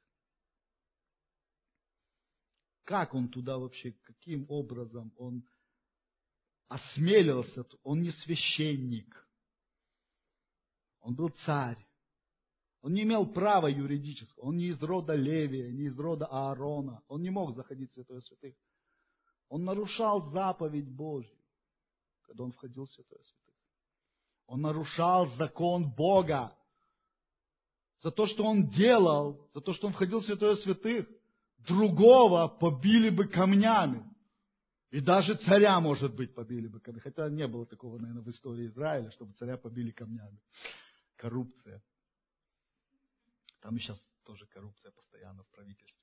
Как он туда вообще, каким образом он осмелился? Он не священник. Он был царь. Он не имел права юридического. Он не из рода Левия, не из рода Аарона. Он не мог заходить в святое святых. Он нарушал заповедь Божью, когда он входил в святое святых. Он нарушал закон Бога. За то, что он делал, за то, что он входил в святое святых, другого побили бы камнями. И даже царя, может быть, побили бы камнями. Хотя не было такого, наверное, в истории Израиля, чтобы царя побили камнями. Коррупция. Там и сейчас тоже коррупция постоянно в правительстве.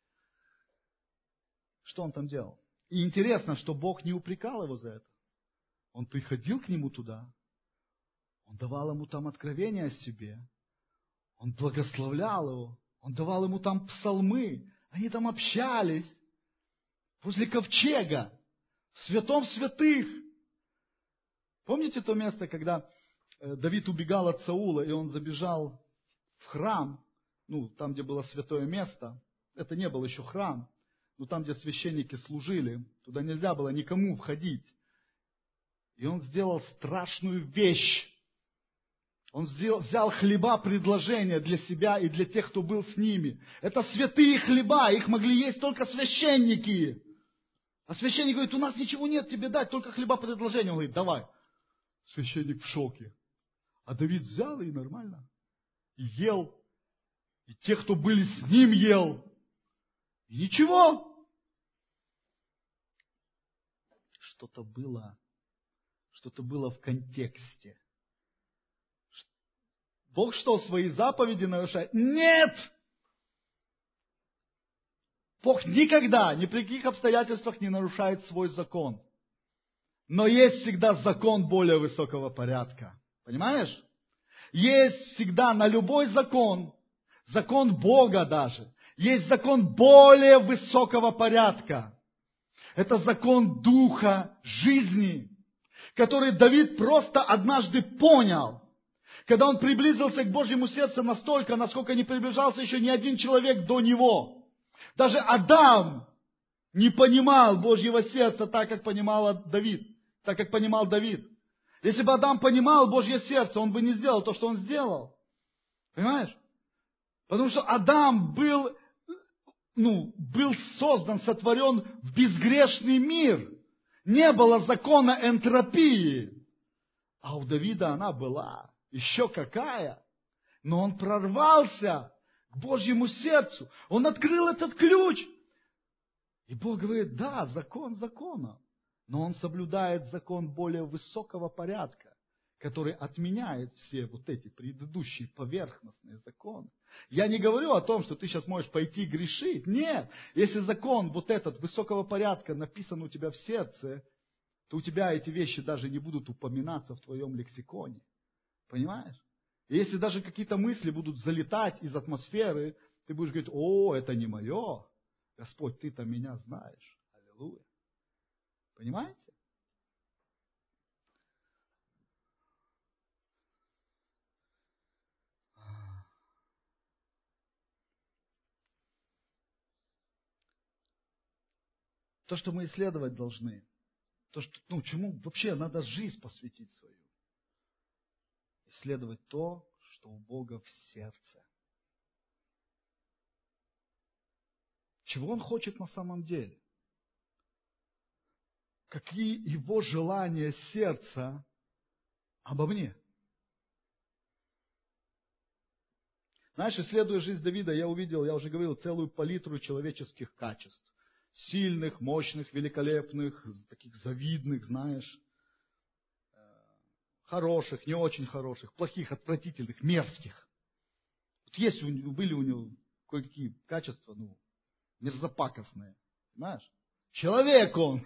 Что он там делал? И интересно, что Бог не упрекал его за это. Он приходил к нему туда. Он давал ему там откровения о себе. Он благословлял его. Он давал ему там псалмы. Они там общались. Возле ковчега. В святом святых. Помните то место, когда Давид убегал от Саула, и он забежал в храм, ну, там, где было святое место. Это не был еще храм, но там, где священники служили. Туда нельзя было никому входить. И он сделал страшную вещь. Он взял хлеба предложения для себя и для тех, кто был с ними. Это святые хлеба, их могли есть только священники. А священник говорит, у нас ничего нет тебе дать, только хлеба предложения. Он говорит, давай. Священник в шоке. А Давид взял и нормально. И ел. И те, кто были с ним, ел. И ничего. Что-то было. Что-то было в контексте. Бог что, свои заповеди нарушает? Нет! Бог никогда, ни при каких обстоятельствах не нарушает свой закон. Но есть всегда закон более высокого порядка. Понимаешь? Есть всегда на любой закон, закон Бога даже, есть закон более высокого порядка. Это закон Духа жизни, который Давид просто однажды понял. Когда он приблизился к Божьему сердцу настолько, насколько не приближался еще ни один человек до него. Даже Адам не понимал Божьего сердца так, как понимал Давид. Так, как понимал Давид. Если бы Адам понимал Божье сердце, он бы не сделал то, что он сделал. Понимаешь? Потому что Адам был, ну, был создан, сотворен в безгрешный мир. Не было закона энтропии. А у Давида она была. Еще какая. Но он прорвался к Божьему сердцу. Он открыл этот ключ. И Бог говорит, да, закон законом. Но он соблюдает закон более высокого порядка, который отменяет все вот эти предыдущие поверхностные законы. Я не говорю о том, что ты сейчас можешь пойти грешить. Нет. Если закон вот этот высокого порядка написан у тебя в сердце, то у тебя эти вещи даже не будут упоминаться в твоем лексиконе. Понимаешь? И если даже какие-то мысли будут залетать из атмосферы, ты будешь говорить: о, это не мое. Господь, ты-то меня знаешь. Аллилуйя. Понимаете? То, что мы исследовать должны, то, что, ну, чему вообще надо жизнь посвятить свою. Исследовать то, что у Бога в сердце. Чего Он хочет на самом деле? Какие Его желания сердца обо мне? Знаешь, исследуя жизнь Давида, я увидел, я уже говорил, целую палитру человеческих качеств. Сильных, мощных, великолепных, таких завидных, знаешь. Хороших, не очень хороших, плохих, отвратительных, мерзких. Вот есть у него, были у него кое-какие качества, ну, мерзопакостные. Понимаешь? Человек он.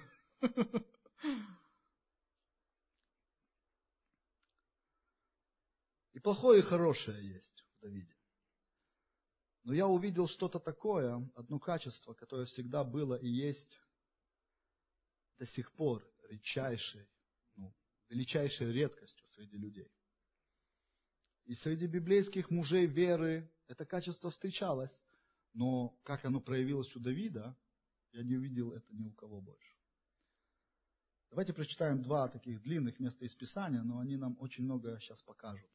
И плохое, и хорошее есть в Давиде. Но я увидел что-то такое, одно качество, которое всегда было и есть до сих пор редчайшей, ну, величайшей редкостью среди людей. И среди библейских мужей веры это качество встречалось, но как оно проявилось у Давида, я не увидел это ни у кого больше. Давайте прочитаем два таких длинных места из Писания, но они нам очень много сейчас покажут.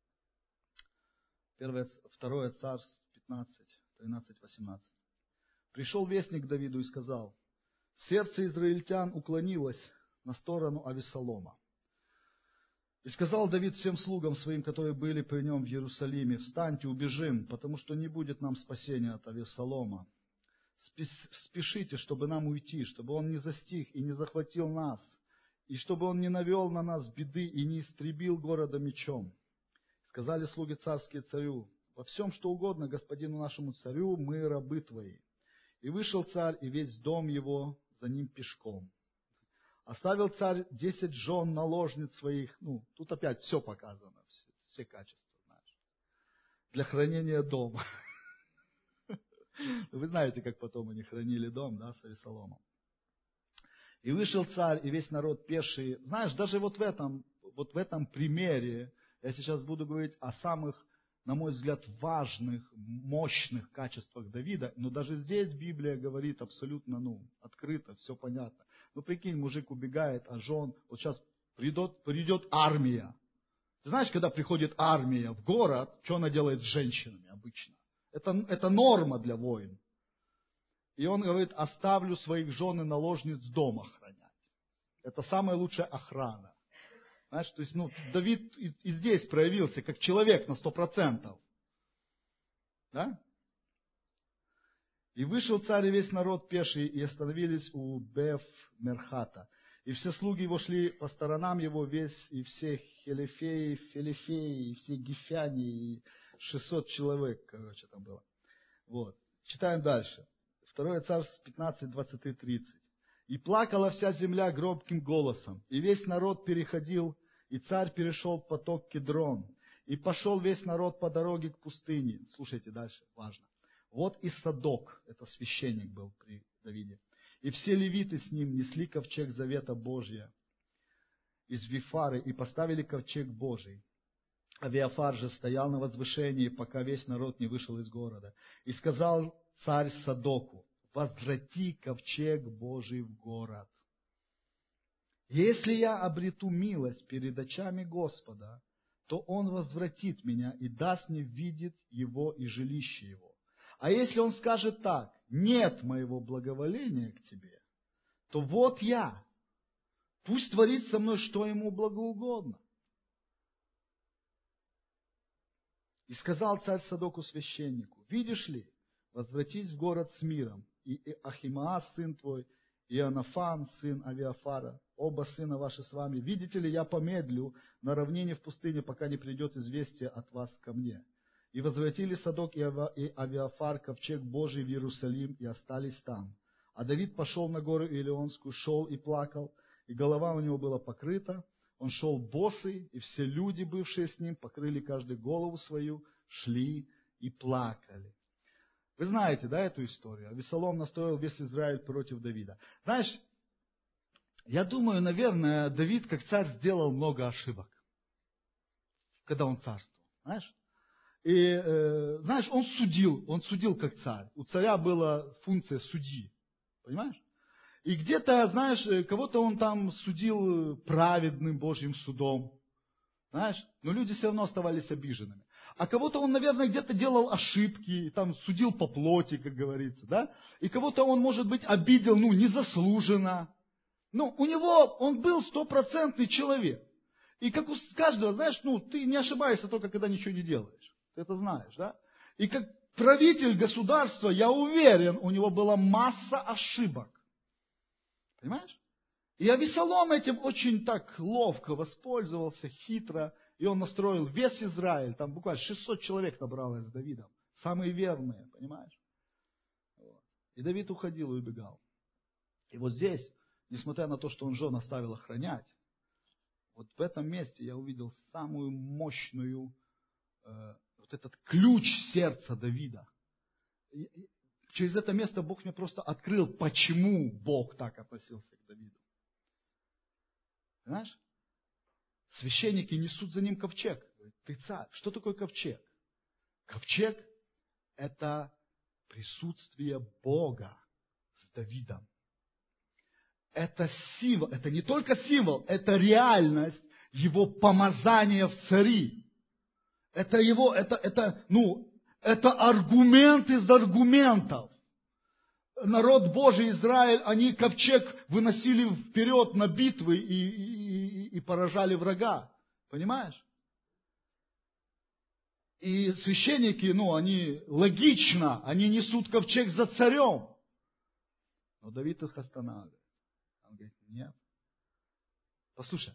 Первое, второе Царств пятнадцать, тринадцать, восемнадцать. Пришел вестник к Давиду и сказал: сердце израильтян уклонилось на сторону Авессалома. И сказал Давид всем слугам своим, которые были при нем в Иерусалиме: встаньте, убежим, потому что не будет нам спасения от Авессалома. Спешите, чтобы нам уйти, чтобы он не застиг и не захватил нас, и чтобы он не навел на нас беды и не истребил города мечом. Сказали слуги царские царю: во всем, что угодно господину нашему царю, мы рабы твои. И вышел царь, и весь дом его за ним пешком. Оставил царь десять жен наложниц своих, ну, тут опять все показано, все, все качества, знаешь, для хранения дома. Вы знаете, как потом они хранили дом, да, с Авессаломом. И вышел царь, и весь народ пеший. Знаешь, даже вот в этом, вот в этом примере, я сейчас буду говорить о самых, на мой взгляд, важных, мощных качествах Давида, но даже здесь Библия говорит абсолютно, ну, открыто, все понятно. Ну, прикинь, мужик убегает, а жен, вот сейчас придет, придет армия. Ты знаешь, когда приходит армия в город, что она делает с женщинами обычно? Это, это норма для воин. И он говорит: оставлю своих жен и наложниц дома охранять. Это самая лучшая охрана. Знаешь, то есть, ну, Давид и, и здесь проявился как человек на сто процентов. Да? И вышел царь и весь народ пеший, и остановились у Беф-Мерхата. И все слуги его шли по сторонам его, весь, и все хелефеи, фелефеи, и все гифяне, и шестьсот человек, короче, там было. Вот. Читаем дальше. Второе Царство пятнадцать, двадцать три, тридцать. И плакала вся земля громким голосом, и весь народ переходил, и царь перешел поток Кедрон, и пошел весь народ по дороге к пустыне. Слушайте дальше, важно. Вот и Садок, это священник был при Давиде, и все левиты с ним несли ковчег завета Божия из Вифары, и поставили ковчег Божий. А Виафар же стоял на возвышении, пока весь народ не вышел из города. И сказал царь Садоку: возврати ковчег Божий в город. Если я обрету милость перед очами Господа, то Он возвратит меня и даст мне видеть его и жилище его. А если Он скажет так: нет моего благоволения к тебе, то вот я, пусть творит со мной, что ему благоугодно. И сказал царь Садоку священнику: видишь ли, возвратись в город с миром, и Ахимаас, сын твой, Иоаннафан, сын Авиафара, оба сына ваши с вами. Видите ли, я помедлю на равнине в пустыне, пока не придет известие от вас ко мне. И возвратили Садок и Авиафар ковчег Божий в Иерусалим и остались там. А Давид пошел на гору Илионскую, шел и плакал, и голова у него была покрыта. Он шел босый, и все люди, бывшие с ним, покрыли каждый голову свою, шли и плакали. Вы знаете, да, эту историю? Авессалом настроил весь Израиль против Давида. Знаешь, я думаю, наверное, Давид как царь сделал много ошибок, когда он царствовал. Знаешь? И, э, знаешь, он судил, он судил как царь. У царя была функция судьи. Понимаешь? И где-то, знаешь, кого-то он там судил праведным Божьим судом. Знаешь? Но люди все равно оставались обиженными. А кого-то он, наверное, где-то делал ошибки, там судил по плоти, как говорится, да? И кого-то он, может быть, обидел, ну, незаслуженно. Ну, у него, он был стопроцентный человек. И как у каждого, знаешь, ну, ты не ошибаешься только, когда ничего не делаешь. Ты это знаешь, да? И как правитель государства, я уверен, у него была масса ошибок. Понимаешь? И Авессалом этим очень так ловко воспользовался, хитро, и он настроил весь Израиль, там буквально шестьсот человек набралось с Давидом, самые верные, понимаешь? Вот. И Давид уходил и убегал. И вот здесь, несмотря на то, что он жен оставил охранять, вот в этом месте я увидел самую мощную, э, вот этот ключ сердца Давида. И, и через это место Бог мне просто открыл, почему Бог так относился к Давиду. Понимаешь? Священники несут за ним ковчег. Ты царь. Что такое ковчег? Ковчег – это присутствие Бога с Давидом. Это символ, это не только символ, это реальность его помазания в цари. Это его, это, это, ну, это аргумент из аргументов. Народ Божий, Израиль, они ковчег выносили вперед на битвы и, и, и поражали врага. Понимаешь? И священники, ну, они логично, они несут ковчег за царем. Но Давид их останавливает. Он говорит, нет. Послушай,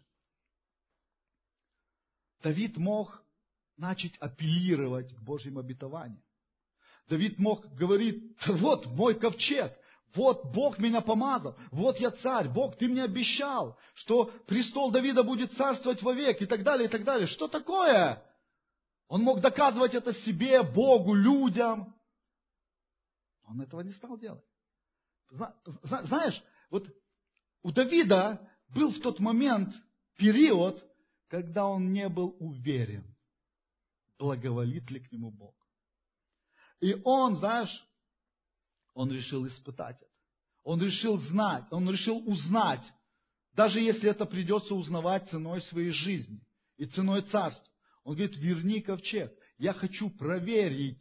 Давид мог начать апеллировать к Божьим обетованиям. Давид мог говорить, вот мой ковчег, вот Бог меня помазал, вот я царь, Бог, ты мне обещал, что престол Давида будет царствовать вовек и так далее, и так далее. Что такое? Он мог доказывать это себе, Богу, людям. Он этого не стал делать. Знаешь, вот у Давида был в тот момент период, когда он не был уверен, благоволит ли к нему Бог. И он, знаешь, он решил испытать это. Он решил знать, он решил узнать, даже если это придется узнавать ценой своей жизни и ценой царства. Он говорит, верни ковчег. Я хочу проверить,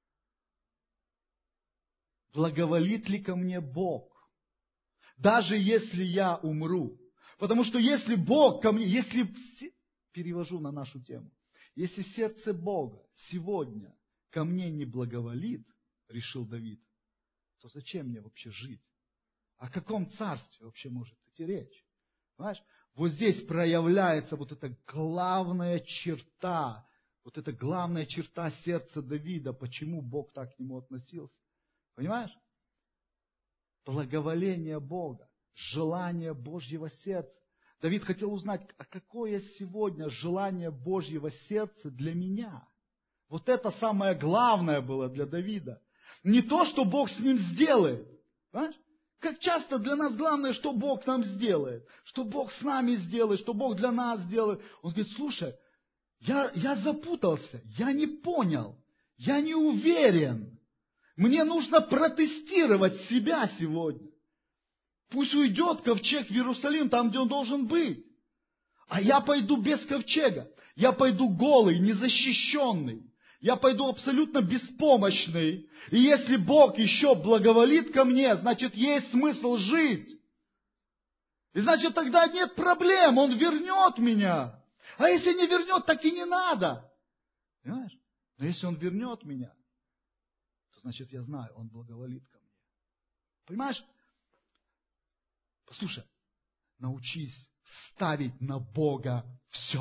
благоволит ли ко мне Бог. Даже если я умру. Потому что если Бог ко мне, если, перевожу на нашу тему, если сердце Бога сегодня ко мне не благоволит, решил Давид, то зачем мне вообще жить? О каком царстве вообще может идти речь? Понимаешь? Вот здесь проявляется вот эта главная черта, вот эта главная черта сердца Давида, почему Бог так к нему относился. Понимаешь? Благоволение Бога, желание Божьего сердца. Давид хотел узнать, а какое сегодня желание Божьего сердца для меня? Вот это самое главное было для Давида. Не то, что Бог с ним сделает. Понимаешь? Как часто для нас главное, что Бог нам сделает, что Бог с нами сделает, что Бог для нас сделает. Он говорит, слушай, я, я запутался, я не понял, я не уверен. Мне нужно протестировать себя сегодня. Пусть уйдет ковчег в Иерусалим, там, где он должен быть. А я пойду без ковчега. Я пойду голый, незащищенный. Я пойду абсолютно беспомощный. И если Бог еще благоволит ко мне, значит, есть смысл жить. И значит, тогда нет проблем, Он вернет меня. А если не вернет, так и не надо. Понимаешь? Но если Он вернет меня, то значит, я знаю, Он благоволит ко мне. Понимаешь? Послушай, научись ставить на Бога все.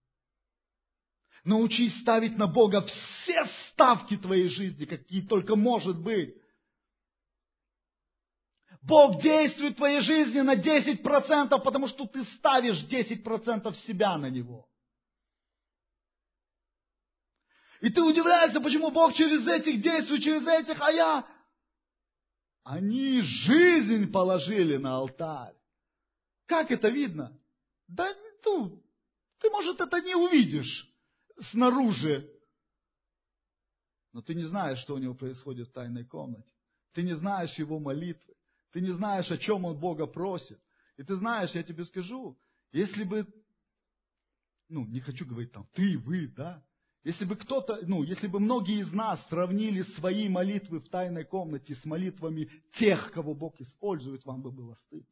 Научись ставить на Бога все ставки твоей жизни, какие только может быть. Бог действует в твоей жизни на десять процентов, потому что ты ставишь десять процентов себя на Него. И ты удивляешься, почему Бог через этих действует, через этих, а я... Они жизнь положили на алтарь. Как это видно? Да, ну, ты, может, это не увидишь снаружи. Но ты не знаешь, что у него происходит в тайной комнате. Ты не знаешь его молитвы. Ты не знаешь, о чем он Бога просит. И ты знаешь, я тебе скажу, если бы, ну, не хочу говорить там, ты, вы, да, если бы кто-то, ну, если бы многие из нас сравнили свои молитвы в тайной комнате с молитвами тех, кого Бог использует, вам бы было стыдно.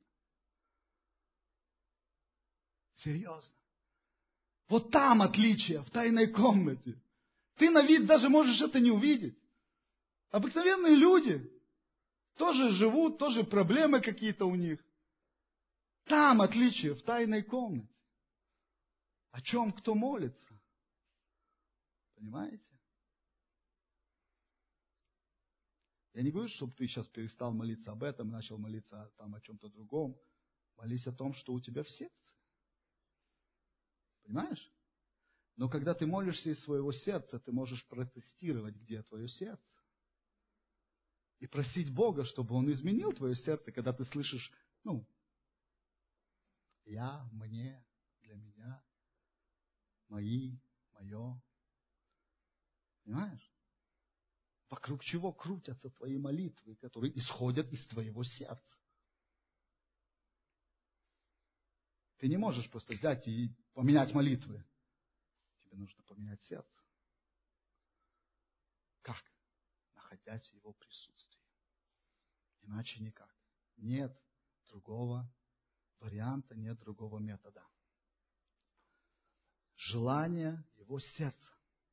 Серьезно. Вот там отличие, в тайной комнате. Ты на вид даже можешь это не увидеть. Обыкновенные люди тоже живут, тоже проблемы какие-то у них. Там отличие, в тайной комнате. О чем кто молится? Понимаете? Я не говорю, чтобы ты сейчас перестал молиться об этом, начал молиться там о чем-то другом. Молись о том, что у тебя в сердце. Понимаешь? Но когда ты молишься из своего сердца, ты можешь протестировать, где твое сердце. И просить Бога, чтобы Он изменил твое сердце, когда ты слышишь, ну, я, мне, для меня, мои, мое. Понимаешь? Вокруг чего крутятся твои молитвы, которые исходят из твоего сердца. Ты не можешь просто взять и поменять молитвы. Тебе нужно поменять сердце. Как? Находясь в Его присутствии. Иначе никак. Нет другого варианта, нет другого метода. Желание Его сердца.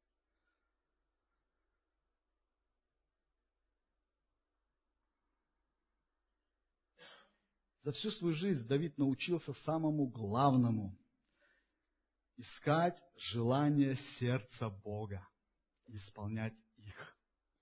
За всю свою жизнь Давид научился самому главному – искать желание сердца Бога и исполнять их.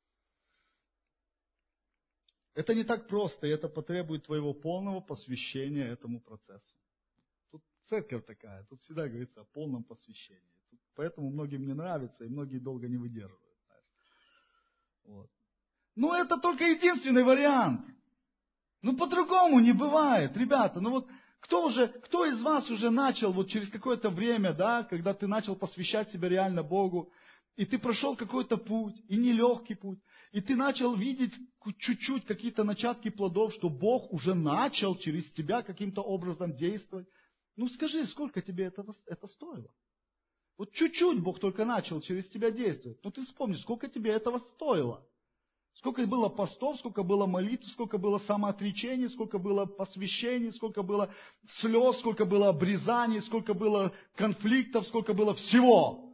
Это не так просто, и это потребует твоего полного посвящения этому процессу. Тут церковь такая, тут всегда говорится о полном посвящении. Тут, поэтому многим не нравится, и многие долго не выдерживают. Вот. Но это только единственный вариант. Ну, по-другому не бывает, ребята. Ну вот кто уже, кто из вас уже начал вот через какое-то время, да, когда ты начал посвящать себя реально Богу, и ты прошел какой-то путь, и нелегкий путь, и ты начал видеть чуть-чуть какие-то начатки плодов, что Бог уже начал через тебя каким-то образом действовать. Ну, скажи, сколько тебе это, это стоило? Вот чуть-чуть Бог только начал через тебя действовать. Ну, ты вспомни, сколько тебе этого стоило. Сколько было постов, сколько было молитв, сколько было самоотречений, сколько было посвящений, сколько было слез, сколько было обрезаний, сколько было конфликтов, сколько было всего.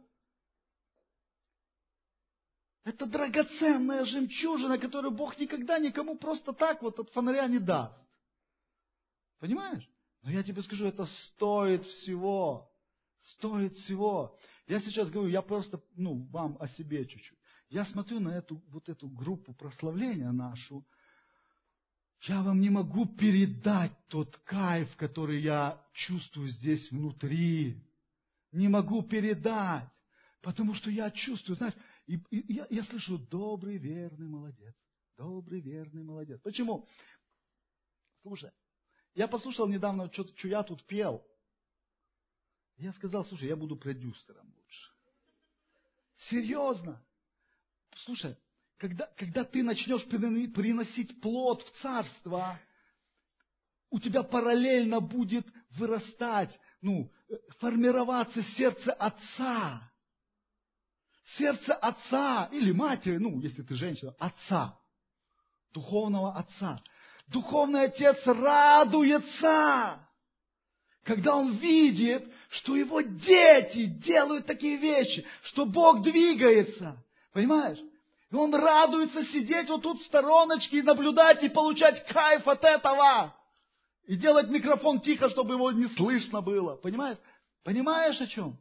Это драгоценная жемчужина, которую Бог никогда никому просто так вот от фонаря не даст. Понимаешь? Но я тебе скажу, это стоит всего. Стоит всего. Я сейчас говорю, я просто, ну, вам о себе чуть-чуть. Я смотрю на эту, вот эту группу прославления нашу. Я вам не могу передать тот кайф, который я чувствую здесь внутри. Не могу передать. Потому что я чувствую, знаешь, и, и я, я слышу, добрый, верный молодец. Добрый, верный молодец. Почему? Слушай, я послушал недавно, что, что я тут пел. Я сказал, слушай, я буду продюсером лучше. Серьезно. Слушай, когда, когда ты начнешь приносить плод в царство, у тебя параллельно будет вырастать, ну, формироваться сердце отца. Сердце отца или матери, ну, если ты женщина, отца. Духовного отца. Духовный отец радуется, когда он видит, что его дети делают такие вещи, что Бог двигается. Понимаешь? И он радуется сидеть вот тут в стороночке и наблюдать, и получать кайф от этого. И делать микрофон тихо, чтобы его не слышно было. Понимаешь? Понимаешь о чем?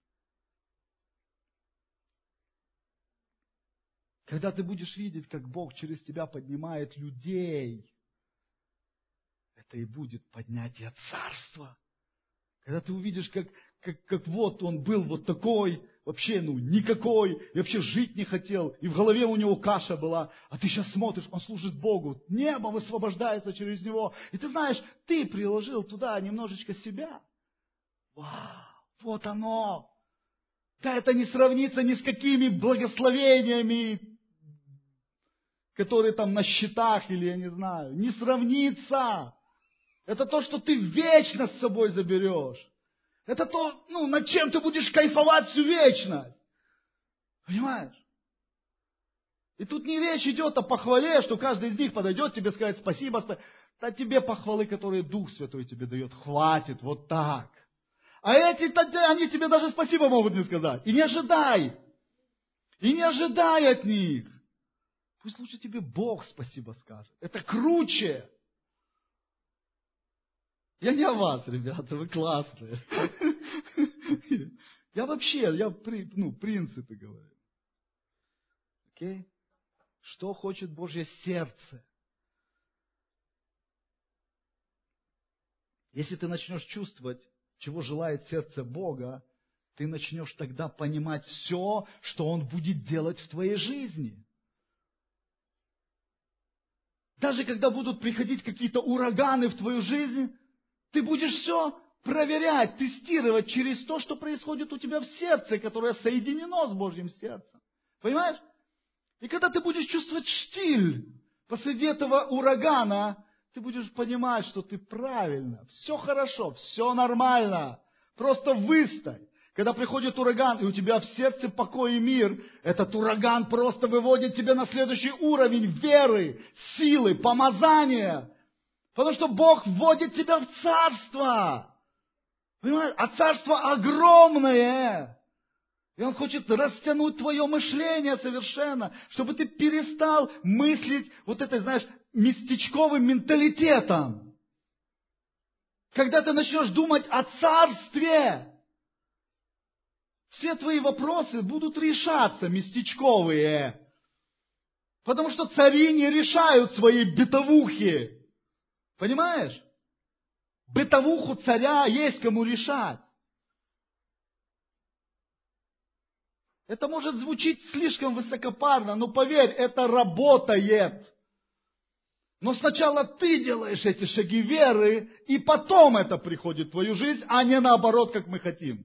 Когда ты будешь видеть, как Бог через тебя поднимает людей, это и будет поднятие царства. Когда ты увидишь, как, как, как вот он был вот такой, вообще ну никакой, и вообще жить не хотел, и в голове у него каша была, а ты сейчас смотришь, он служит Богу, небо высвобождается через него, и ты знаешь, ты приложил туда немножечко себя. Вау, вот оно! Да это не сравнится ни с какими благословениями, которые там на счетах или я не знаю, не сравнится. Это то, что ты вечно с собой заберешь. Это то, ну, над чем ты будешь кайфовать всю вечность. Понимаешь? И тут не речь идет о похвале, что каждый из них подойдет тебе сказать спасибо. спасибо. Да тебе похвалы, которые Дух Святой тебе дает, хватит, вот так. А эти, они тебе даже спасибо могут не сказать. И не ожидай. И не ожидай от них. Пусть лучше тебе Бог спасибо скажет. Это круче. Я не о вас, ребята, вы классные. Я вообще, я ну, принципы говорю. Окей? Что хочет Божье сердце? Если ты начнешь чувствовать, чего желает сердце Бога, ты начнешь тогда понимать все, что Он будет делать в твоей жизни. Даже когда будут приходить какие-то ураганы в твою жизнь, ты будешь все проверять, тестировать через то, что происходит у тебя в сердце, которое соединено с Божьим сердцем. Понимаешь? И когда ты будешь чувствовать штиль посреди этого урагана, ты будешь понимать, что ты правильно, все хорошо, все нормально. Просто выстай. Когда приходит ураган, и у тебя в сердце покой и мир, этот ураган просто выводит тебя на следующий уровень веры, силы, помазания. Потому что Бог вводит тебя в царство. Понимаешь? А царство огромное. И Он хочет растянуть твое мышление совершенно, чтобы ты перестал мыслить вот этой, знаешь, местечковым менталитетом. Когда ты начнешь думать о царстве, все твои вопросы будут решаться местечковые. Потому что цари не решают свои бытовухи. Понимаешь? Бытовуху царя есть кому решать. Это может звучить слишком высокопарно, но поверь, это работает. Но сначала ты делаешь эти шаги веры, и потом это приходит в твою жизнь, а не наоборот, как мы хотим.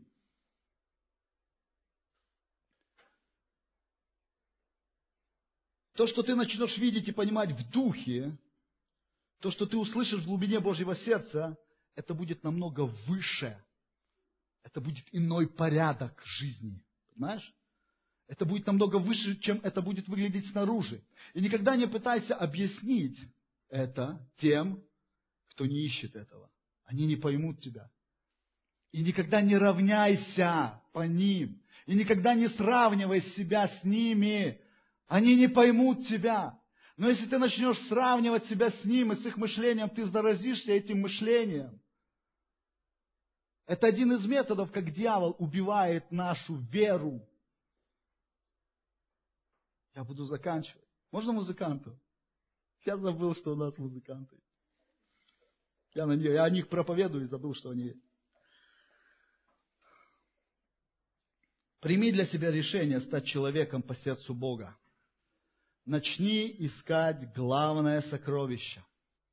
То, что ты начнешь видеть и понимать в духе, то, что ты услышишь в глубине Божьего сердца, это будет намного выше. Это будет иной порядок жизни. Понимаешь? Это будет намного выше, чем это будет выглядеть снаружи. И никогда не пытайся объяснить это тем, кто не ищет этого. Они не поймут тебя. И никогда не равняйся по ним. И никогда не сравнивай себя с ними. Они не поймут тебя. Но если ты начнешь сравнивать себя с ним и с их мышлением, ты заразишься этим мышлением. Это один из методов, как дьявол убивает нашу веру. Я буду заканчивать. Можно музыкантов? Я забыл, что у нас музыканты. Я, на них, я о них проповедую и забыл, что они есть. Прими для себя решение стать человеком по сердцу Бога. Начни искать главное сокровище.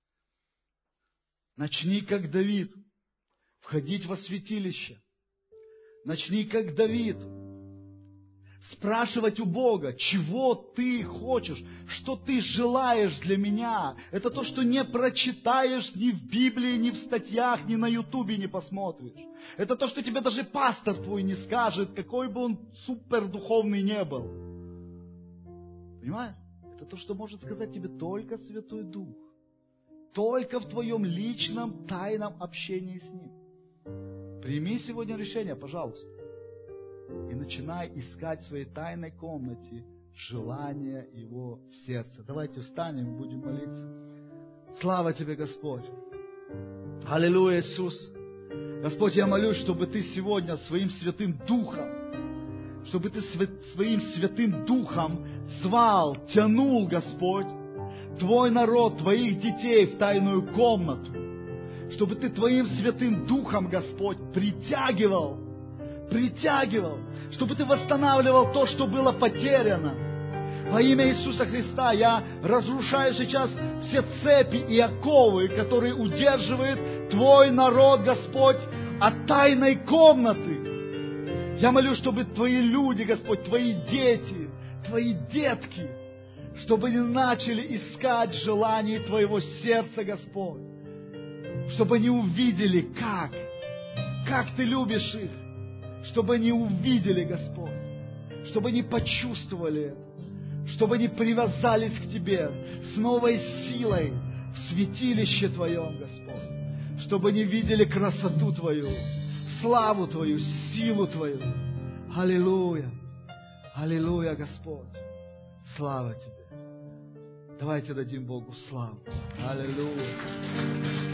Начни, как Давид, входить во святилище. Начни, как Давид, спрашивать у Бога, чего ты хочешь, что ты желаешь для меня. Это то, что не прочитаешь ни в Библии, ни в статьях, ни на Ютубе не посмотришь. Это то, что тебе даже пастор твой не скажет, какой бы он супердуховный не был. Понимаешь? Это то, что может сказать тебе только Святой Дух. Только в твоем личном, тайном общении с Ним. Прими сегодня решение, пожалуйста. И начинай искать в своей тайной комнате желание Его сердца. Давайте встанем и будем молиться. Слава Тебе, Господь! Аллилуйя, Иисус. Господь, я молюсь, чтобы Ты сегодня своим Святым Духом, чтобы Ты своим Святым Духом звал, тянул, Господь, Твой народ, Твоих детей в тайную комнату. Чтобы Ты Твоим Святым Духом, Господь, притягивал, притягивал, чтобы Ты восстанавливал то, что было потеряно. Во имя Иисуса Христа я разрушаю сейчас все цепи и оковы, которые удерживают Твой народ, Господь, от тайной комнаты. Я молю, чтобы Твои люди, Господь, Твои дети, Твои детки, чтобы они начали искать желание Твоего сердца, Господь. Чтобы они увидели, как, как Ты любишь их. Чтобы они увидели, Господь. Чтобы они почувствовали это. Чтобы они привязались к Тебе с новой силой в святилище Твоем, Господь. Чтобы они видели красоту Твою, славу Твою, силу Твою. Аллилуйя! Аллилуйя, Господь! Слава Тебе! Давайте дадим Богу славу. Аллилуйя!